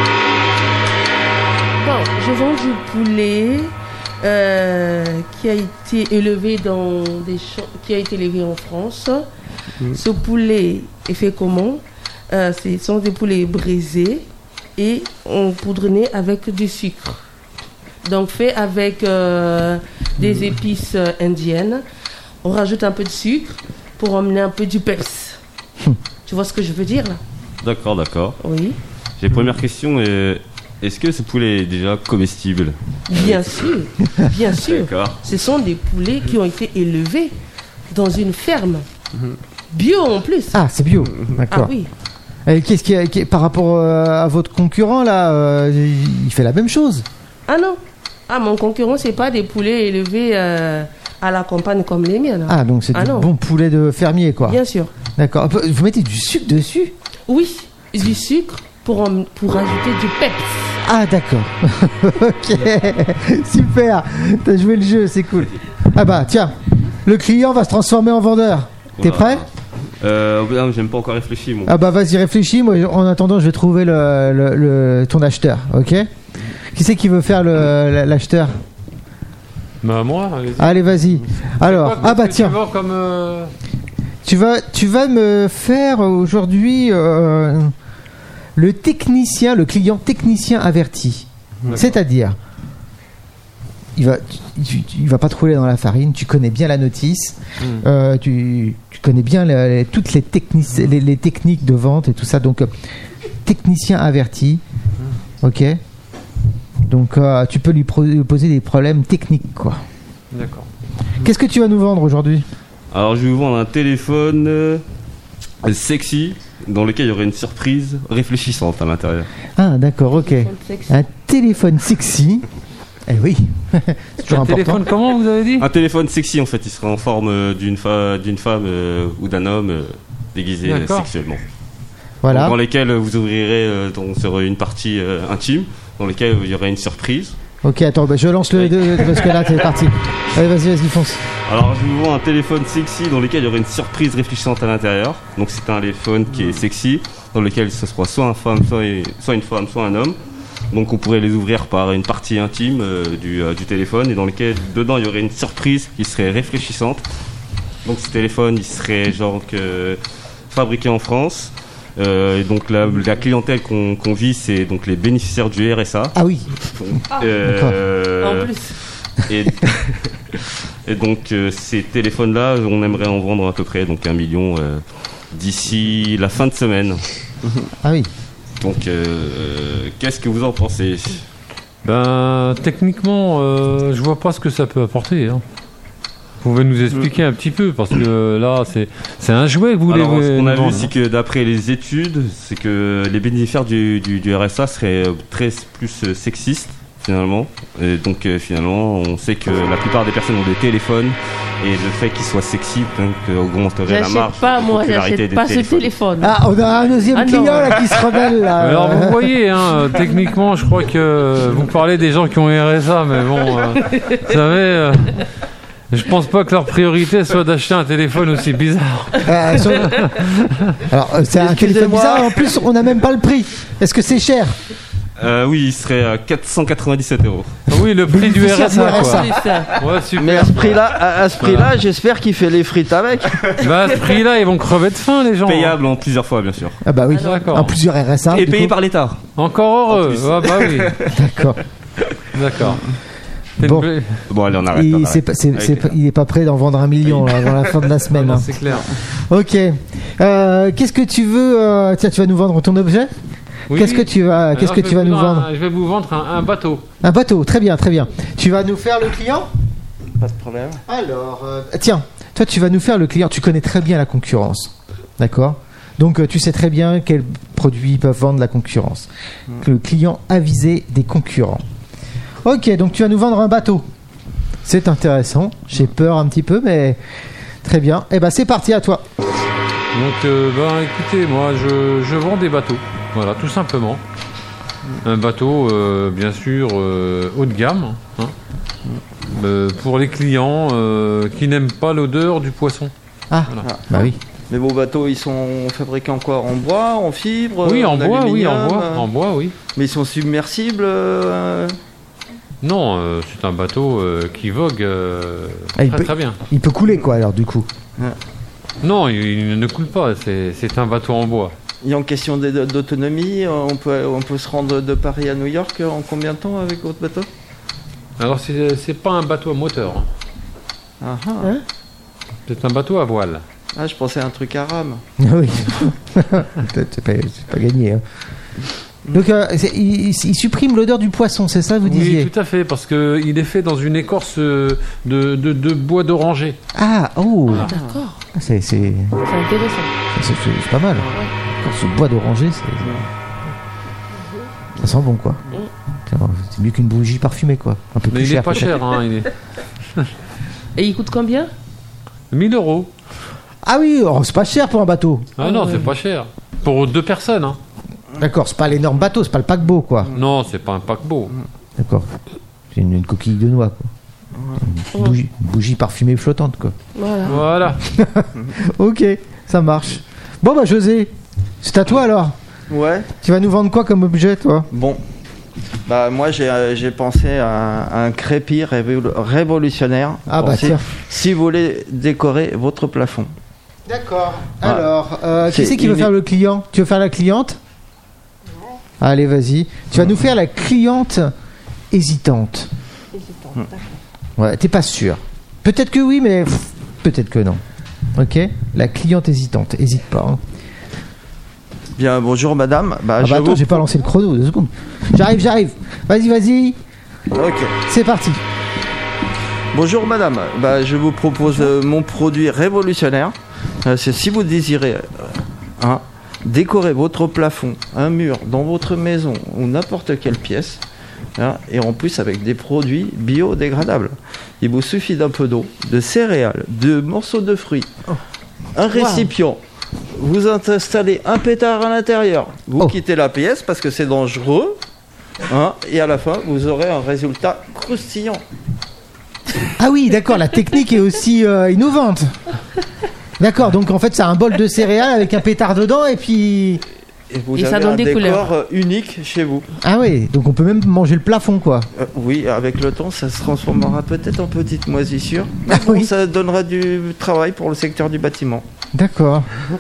Speaker 3: je vends du poulet qui a été élevé dans des champs, qui a été élevé en France. Ce poulet est fait comment? Ce sont des poulets brisés et poudronnés avec du sucre. Donc fait avec des épices indiennes. On rajoute un peu de sucre pour emmener un peu du peps. Tu vois ce que je veux dire là?
Speaker 5: D'accord.
Speaker 3: Oui.
Speaker 5: J'ai une première question. Est-ce que ce poulet est déjà comestible?
Speaker 3: Bien sûr, bien sûr.
Speaker 5: D'accord.
Speaker 3: Ce sont des poulets qui ont été élevés dans une ferme. Bio en plus.
Speaker 2: Ah, c'est bio. D'accord.
Speaker 3: Ah oui.
Speaker 2: Et par rapport à votre concurrent là, il fait la même chose?
Speaker 3: Ah non. Ah, mon concurrent, c'est pas des poulets élevés à la campagne comme les miens.
Speaker 2: Ah, donc c'est du bon poulet de fermier, quoi.
Speaker 3: Bien sûr.
Speaker 2: D'accord. Vous mettez du sucre dessus?
Speaker 3: Oui, du sucre pour ajouter du peps.
Speaker 2: Ah, d'accord. Ok, super. T'as joué le jeu, c'est cool. Ah bah, tiens, le client va se transformer en vendeur. T'es prêt?
Speaker 5: J'aime pas encore réfléchi, moi.
Speaker 2: Ah bah, vas-y, réfléchis. Moi, en attendant, je vais trouver ton acheteur, ok? Qui c'est qui veut faire l'acheteur?
Speaker 1: Bah moi.
Speaker 2: Allez, vas-y. Alors, tiens. Tu vas me faire aujourd'hui le client technicien averti. D'accord. C'est-à-dire, il va pas te rouler dans la farine. Tu connais bien la notice. Tu connais bien toutes les techniques de vente et tout ça. Donc, technicien averti. Ok. Donc, tu peux lui poser des problèmes techniques, quoi.
Speaker 1: D'accord.
Speaker 2: Qu'est-ce que tu vas nous vendre aujourd'hui?
Speaker 5: Alors, je vais vous vendre un téléphone sexy dans lequel il y aurait une surprise réfléchissante à l'intérieur.
Speaker 2: Ah, d'accord, ok. Un téléphone sexy. Eh oui, c'est toujours important. Un téléphone,
Speaker 1: comment vous avez dit?
Speaker 5: Un téléphone sexy, en fait, il serait en forme d'une femme ou d'un homme déguisé sexuellement.
Speaker 2: Voilà.
Speaker 5: Donc, dans lesquels vous ouvrirez sur une partie intime, dans lesquelles il y aurait une surprise.
Speaker 2: Ok, attends, je lance parce que là, c'est parti. Allez, vas-y, fonce.
Speaker 5: Alors, je vous vends un téléphone sexy dans lequel il y aurait une surprise réfléchissante à l'intérieur. Donc, c'est un téléphone qui est sexy, dans lequel ce sera soit une femme, soit un homme. Donc, on pourrait les ouvrir par une partie intime du téléphone et dans lequel, dedans, il y aurait une surprise qui serait réfléchissante. Donc, ce téléphone, il serait fabriqué en France. Et donc la clientèle qu'on vise, c'est donc les bénéficiaires du RSA.
Speaker 2: Ah oui.
Speaker 3: En plus.
Speaker 5: Et donc ces téléphones-là, on aimerait en vendre à peu près 1 million d'ici la fin de semaine.
Speaker 2: Ah oui.
Speaker 5: Donc qu'est-ce que vous en pensez?
Speaker 1: Ben techniquement, je vois pas ce que ça peut apporter. Vous pouvez nous expliquer un petit peu, parce que là, c'est un jouet que vous voulez.
Speaker 5: Alors, ce qu'on a vu, c'est que d'après les études, c'est que les bénéficiaires du RSA seraient plus sexistes, finalement. Et donc, finalement, on sait que la plupart des personnes ont des téléphones, et le fait qu'ils soient sexy augmenterait la marge.
Speaker 3: J'achète pas ce téléphone.
Speaker 2: Ah, on a un deuxième client là qui se rebelle là.
Speaker 1: Alors, vous voyez, techniquement, je crois que vous parlez des gens qui ont RSA, mais bon, vous savez... Je pense pas que leur priorité soit d'acheter un téléphone aussi bizarre.
Speaker 2: Alors, c'est un téléphone bizarre. En plus, on n'a même pas le prix. Est-ce que c'est cher?
Speaker 5: Oui, il serait à 497 €.
Speaker 1: Oui, le prix du RSA. Quoi.
Speaker 6: Ouais, super. Mais à ce prix-là, j'espère qu'il fait les frites avec.
Speaker 1: Bah, à ce prix-là, ils vont crever de faim, les gens.
Speaker 5: Payable en plusieurs fois, bien sûr.
Speaker 2: Ah bah oui, en plusieurs RSA.
Speaker 5: Et payé par l'État.
Speaker 1: Encore heureux. Ah bah oui. D'accord.
Speaker 5: Bon, allez, on arrête.
Speaker 2: Il n'est pas prêt d'en vendre 1 million là, avant la fin de la semaine.
Speaker 1: Non, c'est clair.
Speaker 2: Ok. Qu'est-ce que tu veux Tiens, tu vas nous vendre ton objet? Oui. Qu'est-ce que tu vas nous vendre?
Speaker 1: Je vais vous vendre un bateau.
Speaker 2: Un bateau, très bien, très bien. Tu vas nous faire le client?
Speaker 6: Pas de problème.
Speaker 2: Alors, tiens, toi, tu vas nous faire le client. Tu connais très bien la concurrence, d'accord? Donc, tu sais très bien quels produits peuvent vendre la concurrence. Le client avisé des concurrents. Ok, donc tu vas nous vendre un bateau. C'est intéressant. J'ai peur un petit peu, mais très bien. Eh ben, c'est parti, à toi.
Speaker 1: Donc, écoutez, moi, je vends des bateaux. Voilà, tout simplement. Un bateau, bien sûr, haut de gamme. Pour les clients qui n'aiment pas l'odeur du poisson.
Speaker 2: Ah, voilà. Bah oui.
Speaker 6: Mais vos bateaux, ils sont fabriqués en quoi? En bois, en fibre?
Speaker 1: Oui, en bois, oui, en bois, oui.
Speaker 6: Mais ils sont submersibles
Speaker 1: Non, c'est un bateau qui vogue très bien.
Speaker 2: Il peut couler, quoi, alors, du coup.
Speaker 1: Non, il ne coule pas. C'est un bateau en bois.
Speaker 6: Et en question d'autonomie, on peut se rendre de Paris à New York en combien de temps avec votre bateau?
Speaker 1: Alors, c'est pas un bateau à moteur. C'est un bateau à voile.
Speaker 6: Ah, je pensais à un truc à rame.
Speaker 2: Oui. c'est pas gagné. Hein. Donc, il supprime l'odeur du poisson, c'est ça, vous disiez?
Speaker 1: Oui, tout à fait, parce qu'il est fait dans une écorce de bois d'oranger.
Speaker 2: Ah, oh
Speaker 3: d'accord.
Speaker 2: C'est
Speaker 3: intéressant.
Speaker 2: C'est pas mal. Écorce de bois d'oranger, ça sent bon, quoi. C'est mieux qu'une bougie parfumée, quoi. Un peu plus
Speaker 1: Mais
Speaker 2: cher.
Speaker 1: il est pas cher, hein.
Speaker 3: Et il coûte combien?
Speaker 1: 1000 €.
Speaker 2: Ah oui, c'est pas cher pour un bateau.
Speaker 1: Ah non, c'est pas cher. Pour 2 personnes, hein.
Speaker 2: D'accord, c'est pas l'énorme bateau, c'est pas le paquebot, quoi.
Speaker 1: Non, c'est pas un paquebot.
Speaker 2: D'accord. C'est une coquille de noix, quoi. Une bougie parfumée flottante, quoi.
Speaker 3: Voilà.
Speaker 2: Ok, ça marche. Bon, bah, José, c'est à toi alors.
Speaker 6: Ouais.
Speaker 2: Tu vas nous vendre quoi comme objet, toi?
Speaker 6: Bon. Bah, moi, j'ai pensé à un crépi révolutionnaire.
Speaker 2: Ah, bah, tiens.
Speaker 6: Si vous voulez décorer votre plafond.
Speaker 2: D'accord.
Speaker 6: Ouais.
Speaker 2: Alors, qui c'est qui veut faire le client? Tu veux faire la cliente? Allez, vas-y. Tu vas nous faire la cliente hésitante. Ouais, t'es pas sûr. Peut-être que oui, mais peut-être que non. Ok? La cliente hésitante. Hésite pas. Hein.
Speaker 6: Bien, bonjour madame.
Speaker 2: Attends, j'ai pas lancé le chrono, 2 secondes. J'arrive. Vas-y.
Speaker 6: Ok.
Speaker 2: C'est parti.
Speaker 6: Bonjour madame. Je vous propose mon produit révolutionnaire. C'est si vous désirez décorer votre plafond, un mur dans votre maison ou n'importe quelle pièce, et en plus avec des produits biodégradables. Il vous suffit d'un peu d'eau, de céréales, de morceaux de fruits, un récipient. Vous installez un pétard à l'intérieur. Vous quittez la pièce parce que c'est dangereux. Et à la fin, vous aurez un résultat croustillant.
Speaker 2: Ah oui, d'accord, la technique est aussi innovante. D'accord, donc en fait, c'est un bol de céréales avec un pétard dedans et puis...
Speaker 6: Et vous avez un décor unique chez vous.
Speaker 2: Ah oui, donc on peut même manger le plafond, quoi.
Speaker 6: Oui, avec le temps, ça se transformera peut-être en petite moisissure. Mais bon, ça donnera du travail pour le secteur du bâtiment.
Speaker 2: D'accord.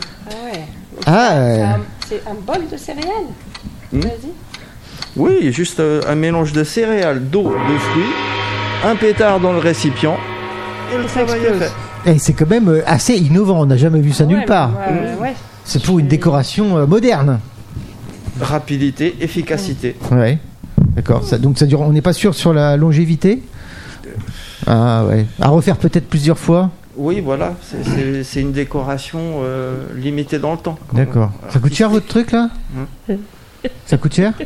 Speaker 4: Ah ouais. C'est un bol de céréales. Vas-y.
Speaker 6: Oui, juste un mélange de céréales, d'eau, de fruits, un pétard dans le récipient et le travail est fait.
Speaker 2: Et c'est quand même assez innovant, on n'a jamais vu ça nulle part. C'est pour une décoration moderne.
Speaker 6: Rapidité, efficacité.
Speaker 2: Ouais, d'accord. Donc ça dure. On n'est pas sûr sur la longévité. Ah ouais. À refaire peut-être plusieurs fois.
Speaker 6: Oui, voilà. C'est une décoration limitée dans le temps.
Speaker 2: D'accord. Ça coûte cher votre truc là? Ça coûte cher?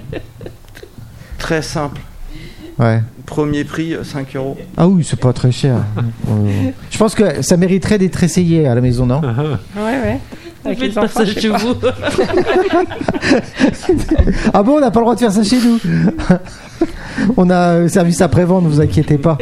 Speaker 6: Très simple.
Speaker 2: Ouais.
Speaker 6: Premier prix, 5 €.
Speaker 2: Ah oui, c'est pas très cher. Je pense que ça mériterait d'être essayé à la maison, non?
Speaker 4: Ouais.
Speaker 3: Avec les enfants chez vous.
Speaker 2: Ah bon, on n'a pas le droit de faire ça chez nous. On a service après-vente, ne vous inquiétez pas.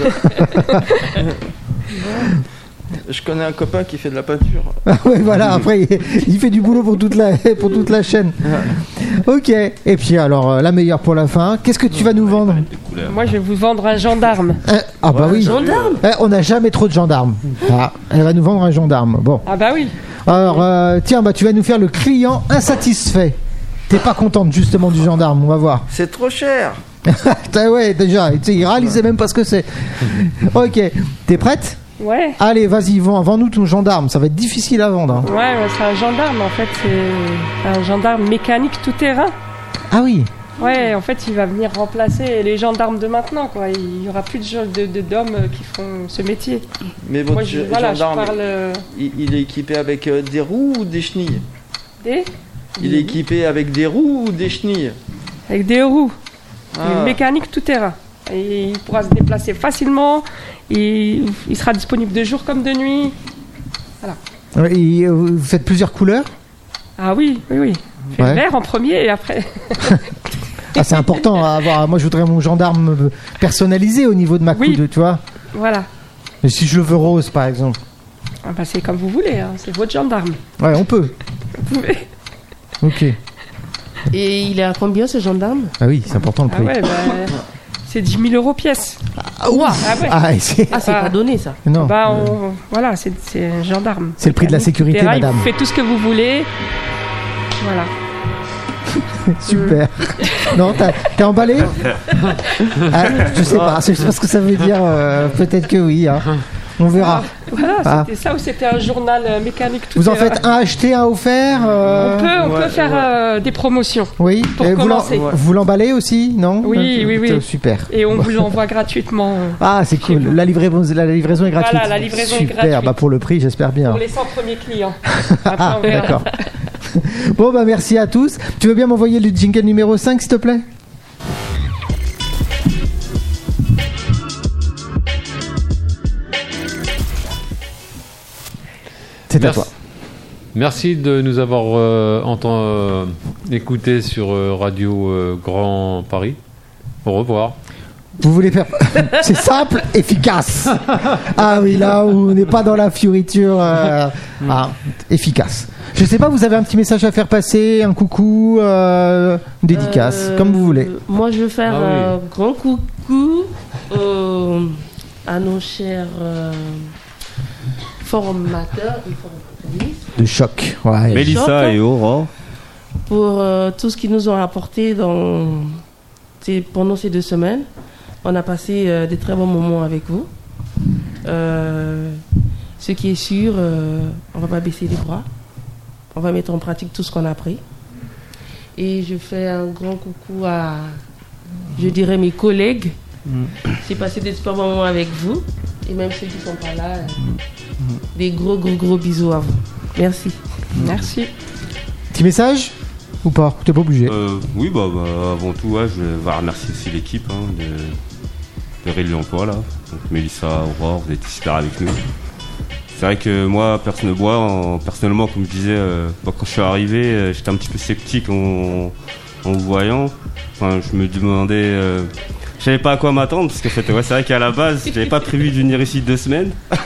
Speaker 6: Je connais un copain qui fait de la peinture.
Speaker 2: Ah ouais, voilà, après il fait du boulot pour toute la chaîne. Ok, et puis alors la meilleure pour la fin, qu'est-ce que tu vas nous vendre?
Speaker 4: Moi je vais vous vendre un gendarme.
Speaker 2: Ah bah oui.
Speaker 3: Gendarme.
Speaker 2: On n'a jamais trop de gendarmes. Elle va nous vendre un gendarme. Bon.
Speaker 4: Ah bah oui.
Speaker 2: Alors tiens, tu vas nous faire le client insatisfait. T'es pas contente justement du gendarme, on va voir.
Speaker 6: C'est trop cher.
Speaker 2: Ouais, déjà, il râle, il sait même pas ce que c'est. Ok, t'es prête?
Speaker 4: Ouais.
Speaker 2: Allez, vas-y, vends-nous ton gendarme. Ça va être difficile à vendre. Hein.
Speaker 4: Ouais, c'est un gendarme en fait. C'est un gendarme mécanique tout-terrain.
Speaker 2: Ah oui.
Speaker 4: Ouais, en fait, il va venir remplacer les gendarmes de maintenant, quoi. Il y aura plus d'hommes qui font ce métier.
Speaker 6: Mais votre gendarme, il est équipé avec des roues ou des chenilles? Il est équipé avec des roues ou des chenilles?
Speaker 4: Avec des roues. Une mécanique tout-terrain. Et il pourra se déplacer facilement. Il sera disponible de jour comme de nuit. Voilà.
Speaker 2: Et vous faites plusieurs couleurs?
Speaker 4: Ah oui. Fait le vert en premier et après.
Speaker 2: Ah, c'est important à avoir. Moi, je voudrais mon gendarme personnalisé au niveau de ma coude, tu vois.
Speaker 4: Voilà.
Speaker 2: Mais si je le veux rose, par exemple.
Speaker 4: Ah bah, c'est comme vous voulez, hein. C'est votre gendarme.
Speaker 2: Ouais, on peut.
Speaker 4: Vous pouvez.
Speaker 2: Ok.
Speaker 3: Et il est à combien ce gendarme?
Speaker 2: Ah oui, c'est important le prix.
Speaker 4: Ah ouais, c'est 10 000 € pièce.
Speaker 3: C'est pas donné ça.
Speaker 2: Non.
Speaker 4: Voilà, c'est un gendarme.
Speaker 2: C'est le prix de la sécurité, madame.
Speaker 4: Vous faites tout ce que vous voulez. Voilà.
Speaker 2: Super. Non, t'es emballé? Je sais pas. Je sais pas ce que ça veut dire. Peut-être que oui. Hein. On verra.
Speaker 4: Voilà, c'était ça ou c'était un journal mécanique tout
Speaker 2: Vous en faites un acheté, un offert
Speaker 4: On peut faire des promotions.
Speaker 2: Oui.
Speaker 4: Pour commencer.
Speaker 2: Vous l'emballez aussi, non?
Speaker 4: Oui.
Speaker 2: Super.
Speaker 4: Et on vous l'envoie gratuitement.
Speaker 2: Ah, c'est cool. La livraison est gratuite.
Speaker 4: Voilà, la livraison
Speaker 2: super.
Speaker 4: est gratuite.
Speaker 2: Bah, pour le prix, j'espère bien.
Speaker 4: Pour les 100 premiers clients.
Speaker 2: Ah, d'accord. Bon, bah merci à tous. Tu veux bien m'envoyer le jingle numéro 5, s'il te plaît? C'est à toi.
Speaker 1: Merci de nous avoir écoutés sur Radio Grand Paris. Au revoir.
Speaker 2: Vous voulez faire... C'est simple, efficace. Ah oui, là où on n'est pas dans la fioriture. Efficace. Je sais pas, vous avez un petit message à faire passer, un coucou, une dédicace, comme vous voulez.
Speaker 3: Moi, je veux faire un grand coucou à nos chers formateurs et formatrices.
Speaker 2: De choc. Ouais.
Speaker 5: Mélissa et Aurore.
Speaker 3: Pour tout ce qu'ils nous ont apporté pendant ces 2 semaines. On a passé des très bons moments avec vous. Ce qui est sûr, on ne va pas baisser les bras. On va mettre en pratique tout ce qu'on a appris. Et je fais un grand coucou à, je dirais, mes collègues. J'ai passé des super moments avec vous. Et même ceux qui ne sont pas là, des gros bisous à vous. Merci.
Speaker 4: Merci.
Speaker 2: Petit message ou pas? T'es pas obligé.
Speaker 5: Oui, avant tout, je vais remercier aussi l'équipe de Réli Emploi, là. Donc, Mélissa, Aurore, vous êtes super avec nous. C'est vrai que moi, personnellement, comme je disais, quand je suis arrivé, j'étais un petit peu sceptique en vous voyant. Enfin, je me demandais... je savais pas à quoi m'attendre, parce qu'en fait, c'est vrai qu'à la base, j'avais pas prévu de venir ici 2 semaines.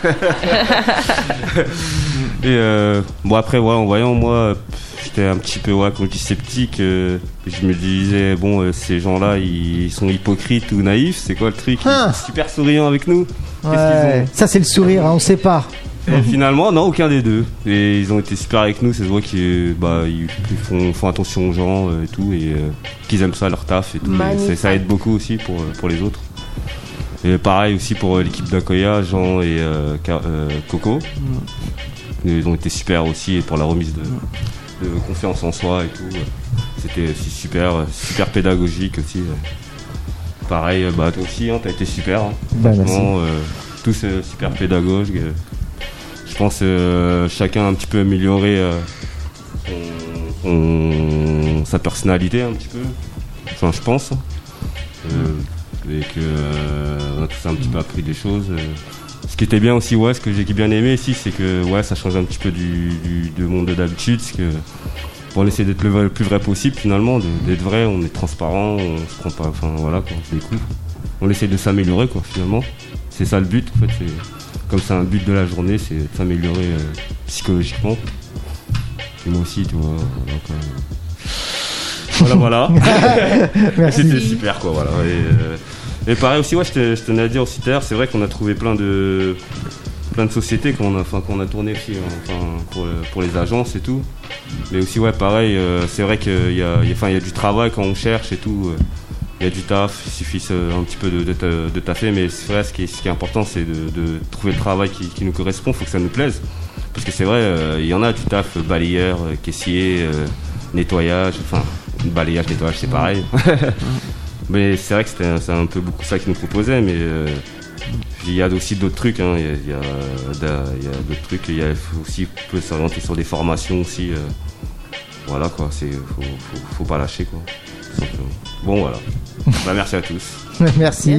Speaker 5: Et après, en voyant, moi... J'étais un petit peu, comme je dis, sceptique. Je me disais, ces gens-là, ils sont hypocrites ou naïfs. C'est quoi le truc? Ils sont super souriants avec nous.
Speaker 2: Ouais. Ça, c'est le sourire, on sait pas.
Speaker 5: Et finalement, non, aucun des deux. Et ils ont été super avec nous. Ça se voit qu'ils font attention aux gens et tout. Et qu'ils aiment ça, leur taf et tout. Et ça aide beaucoup aussi pour les autres. Et pareil aussi pour l'équipe d'Akoya, Jean et Coco. Ils ont été super aussi pour la remise de confiance en soi et tout. C'était aussi super pédagogique aussi. Pareil, toi aussi, t'as été super. Franchement, tous super pédagogues. Je pense chacun a un petit peu amélioré sa personnalité un petit peu. Enfin, je pense. Et que on a tous un petit peu appris des choses. Ce qui était bien aussi, ce que j'ai bien aimé ici, c'est que ça change un petit peu du monde d'habitude, parce que on essaie d'être le plus vrai possible finalement, d'être vrai, on est transparent, on se prend pas, c'est cool. On essaie de s'améliorer finalement. C'est ça le but en fait, c'est comme c'est un but de la journée, c'est de s'améliorer psychologiquement. Et moi aussi, tu vois. Voilà. C'était super voilà. Et pareil aussi, je tenais à dire aussi tout à l'heure, c'est vrai qu'on a trouvé plein de sociétés qu'on a tourné aussi, pour les agences et tout. Mais aussi, pareil, c'est vrai qu'il y a du travail quand on cherche et tout. Il y a du taf, il suffit un petit peu de taffer, mais c'est vrai, ce qui est important, c'est de trouver le travail qui nous correspond, il faut que ça nous plaise. Parce que c'est vrai, il y en a du taf, balayeur, caissier, nettoyage, balayage, nettoyage, c'est pareil. Mais c'est vrai que c'est un peu beaucoup ça qu'ils nous proposaient, mais il y a aussi d'autres trucs. Il y a d'autres trucs. Il faut aussi peut s'orienter sur des formations aussi. Voilà quoi. Faut pas lâcher quoi. Bon voilà. Merci à tous.
Speaker 2: Merci.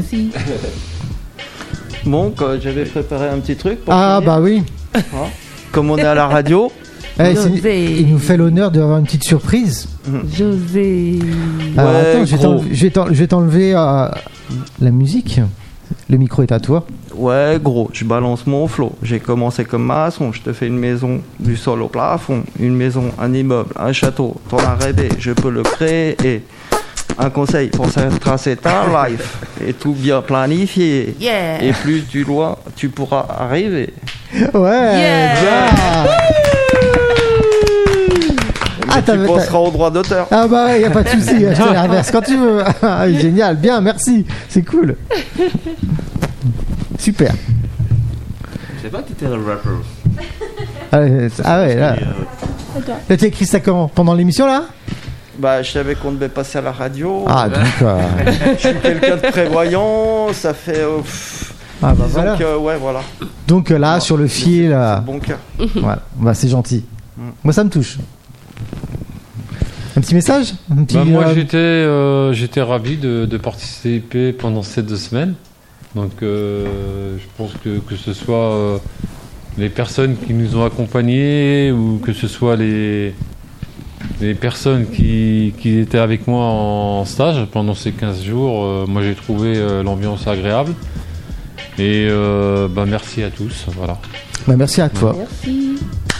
Speaker 6: Bon, j'avais préparé un petit truc. Pour
Speaker 2: oui.
Speaker 6: Comme on est à la radio.
Speaker 2: Il nous fait l'honneur d'avoir une petite surprise.
Speaker 3: José.
Speaker 2: Attends, je vais t'enlever la musique. Le micro est à toi.
Speaker 6: Ouais, gros, je balance mon flow. J'ai commencé comme maçon. Je te fais une maison du sol au plafond. Une maison, un immeuble, un château. T'en as rêvé, je peux le créer. Et un conseil pour tracer ta life et tout bien planifier.
Speaker 3: Yeah.
Speaker 6: Et plus tu pourras arriver.
Speaker 2: Ouais.
Speaker 6: Yeah. Tu penseras au droit d'auteur.
Speaker 2: Il n'y a pas de souci, je te la reverse quand tu veux. Génial, bien, merci, c'est cool. Super.
Speaker 5: Je sais pas que tu étais un rapper.
Speaker 2: Là. Là, tu as écrit ça comment? Pendant l'émission là?
Speaker 6: Je savais qu'on devait passer à la radio.
Speaker 2: Je
Speaker 6: suis quelqu'un de prévoyant, ça fait.
Speaker 2: Voilà.
Speaker 6: Voilà.
Speaker 2: Donc là, sur le fil.
Speaker 6: C'est bon cœur.
Speaker 2: Voilà, c'est gentil. Moi, ça me touche. Un petit message?
Speaker 1: Moi, j'étais ravi de participer pendant ces 2 semaines. Donc, je pense que ce soit les personnes qui nous ont accompagnés ou que ce soit les personnes qui étaient avec moi en stage pendant ces 15 jours. Moi, j'ai trouvé l'ambiance agréable. Et merci à tous. Voilà.
Speaker 2: Merci à toi.
Speaker 3: Merci.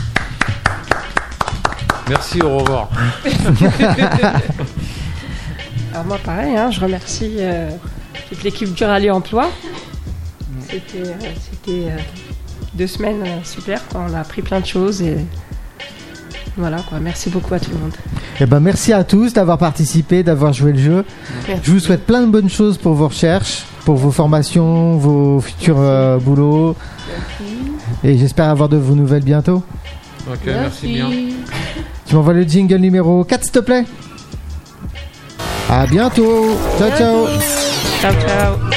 Speaker 1: Merci, au revoir.
Speaker 4: Alors moi pareil, je remercie toute l'équipe du Rallye Emploi. C'était 2 semaines super, on a appris plein de choses et voilà quoi. Merci beaucoup à tout le monde.
Speaker 2: Merci à tous d'avoir participé, d'avoir joué le jeu.
Speaker 3: Merci.
Speaker 2: Je vous souhaite plein de bonnes choses pour vos recherches, pour vos formations, vos futurs boulots.
Speaker 3: Merci.
Speaker 2: Et j'espère avoir de vos nouvelles bientôt.
Speaker 1: Ok, merci bien.
Speaker 2: Tu m'envoies le jingle numéro 4 s'il te plaît. À bientôt. Ciao ciao.
Speaker 4: Ciao ciao.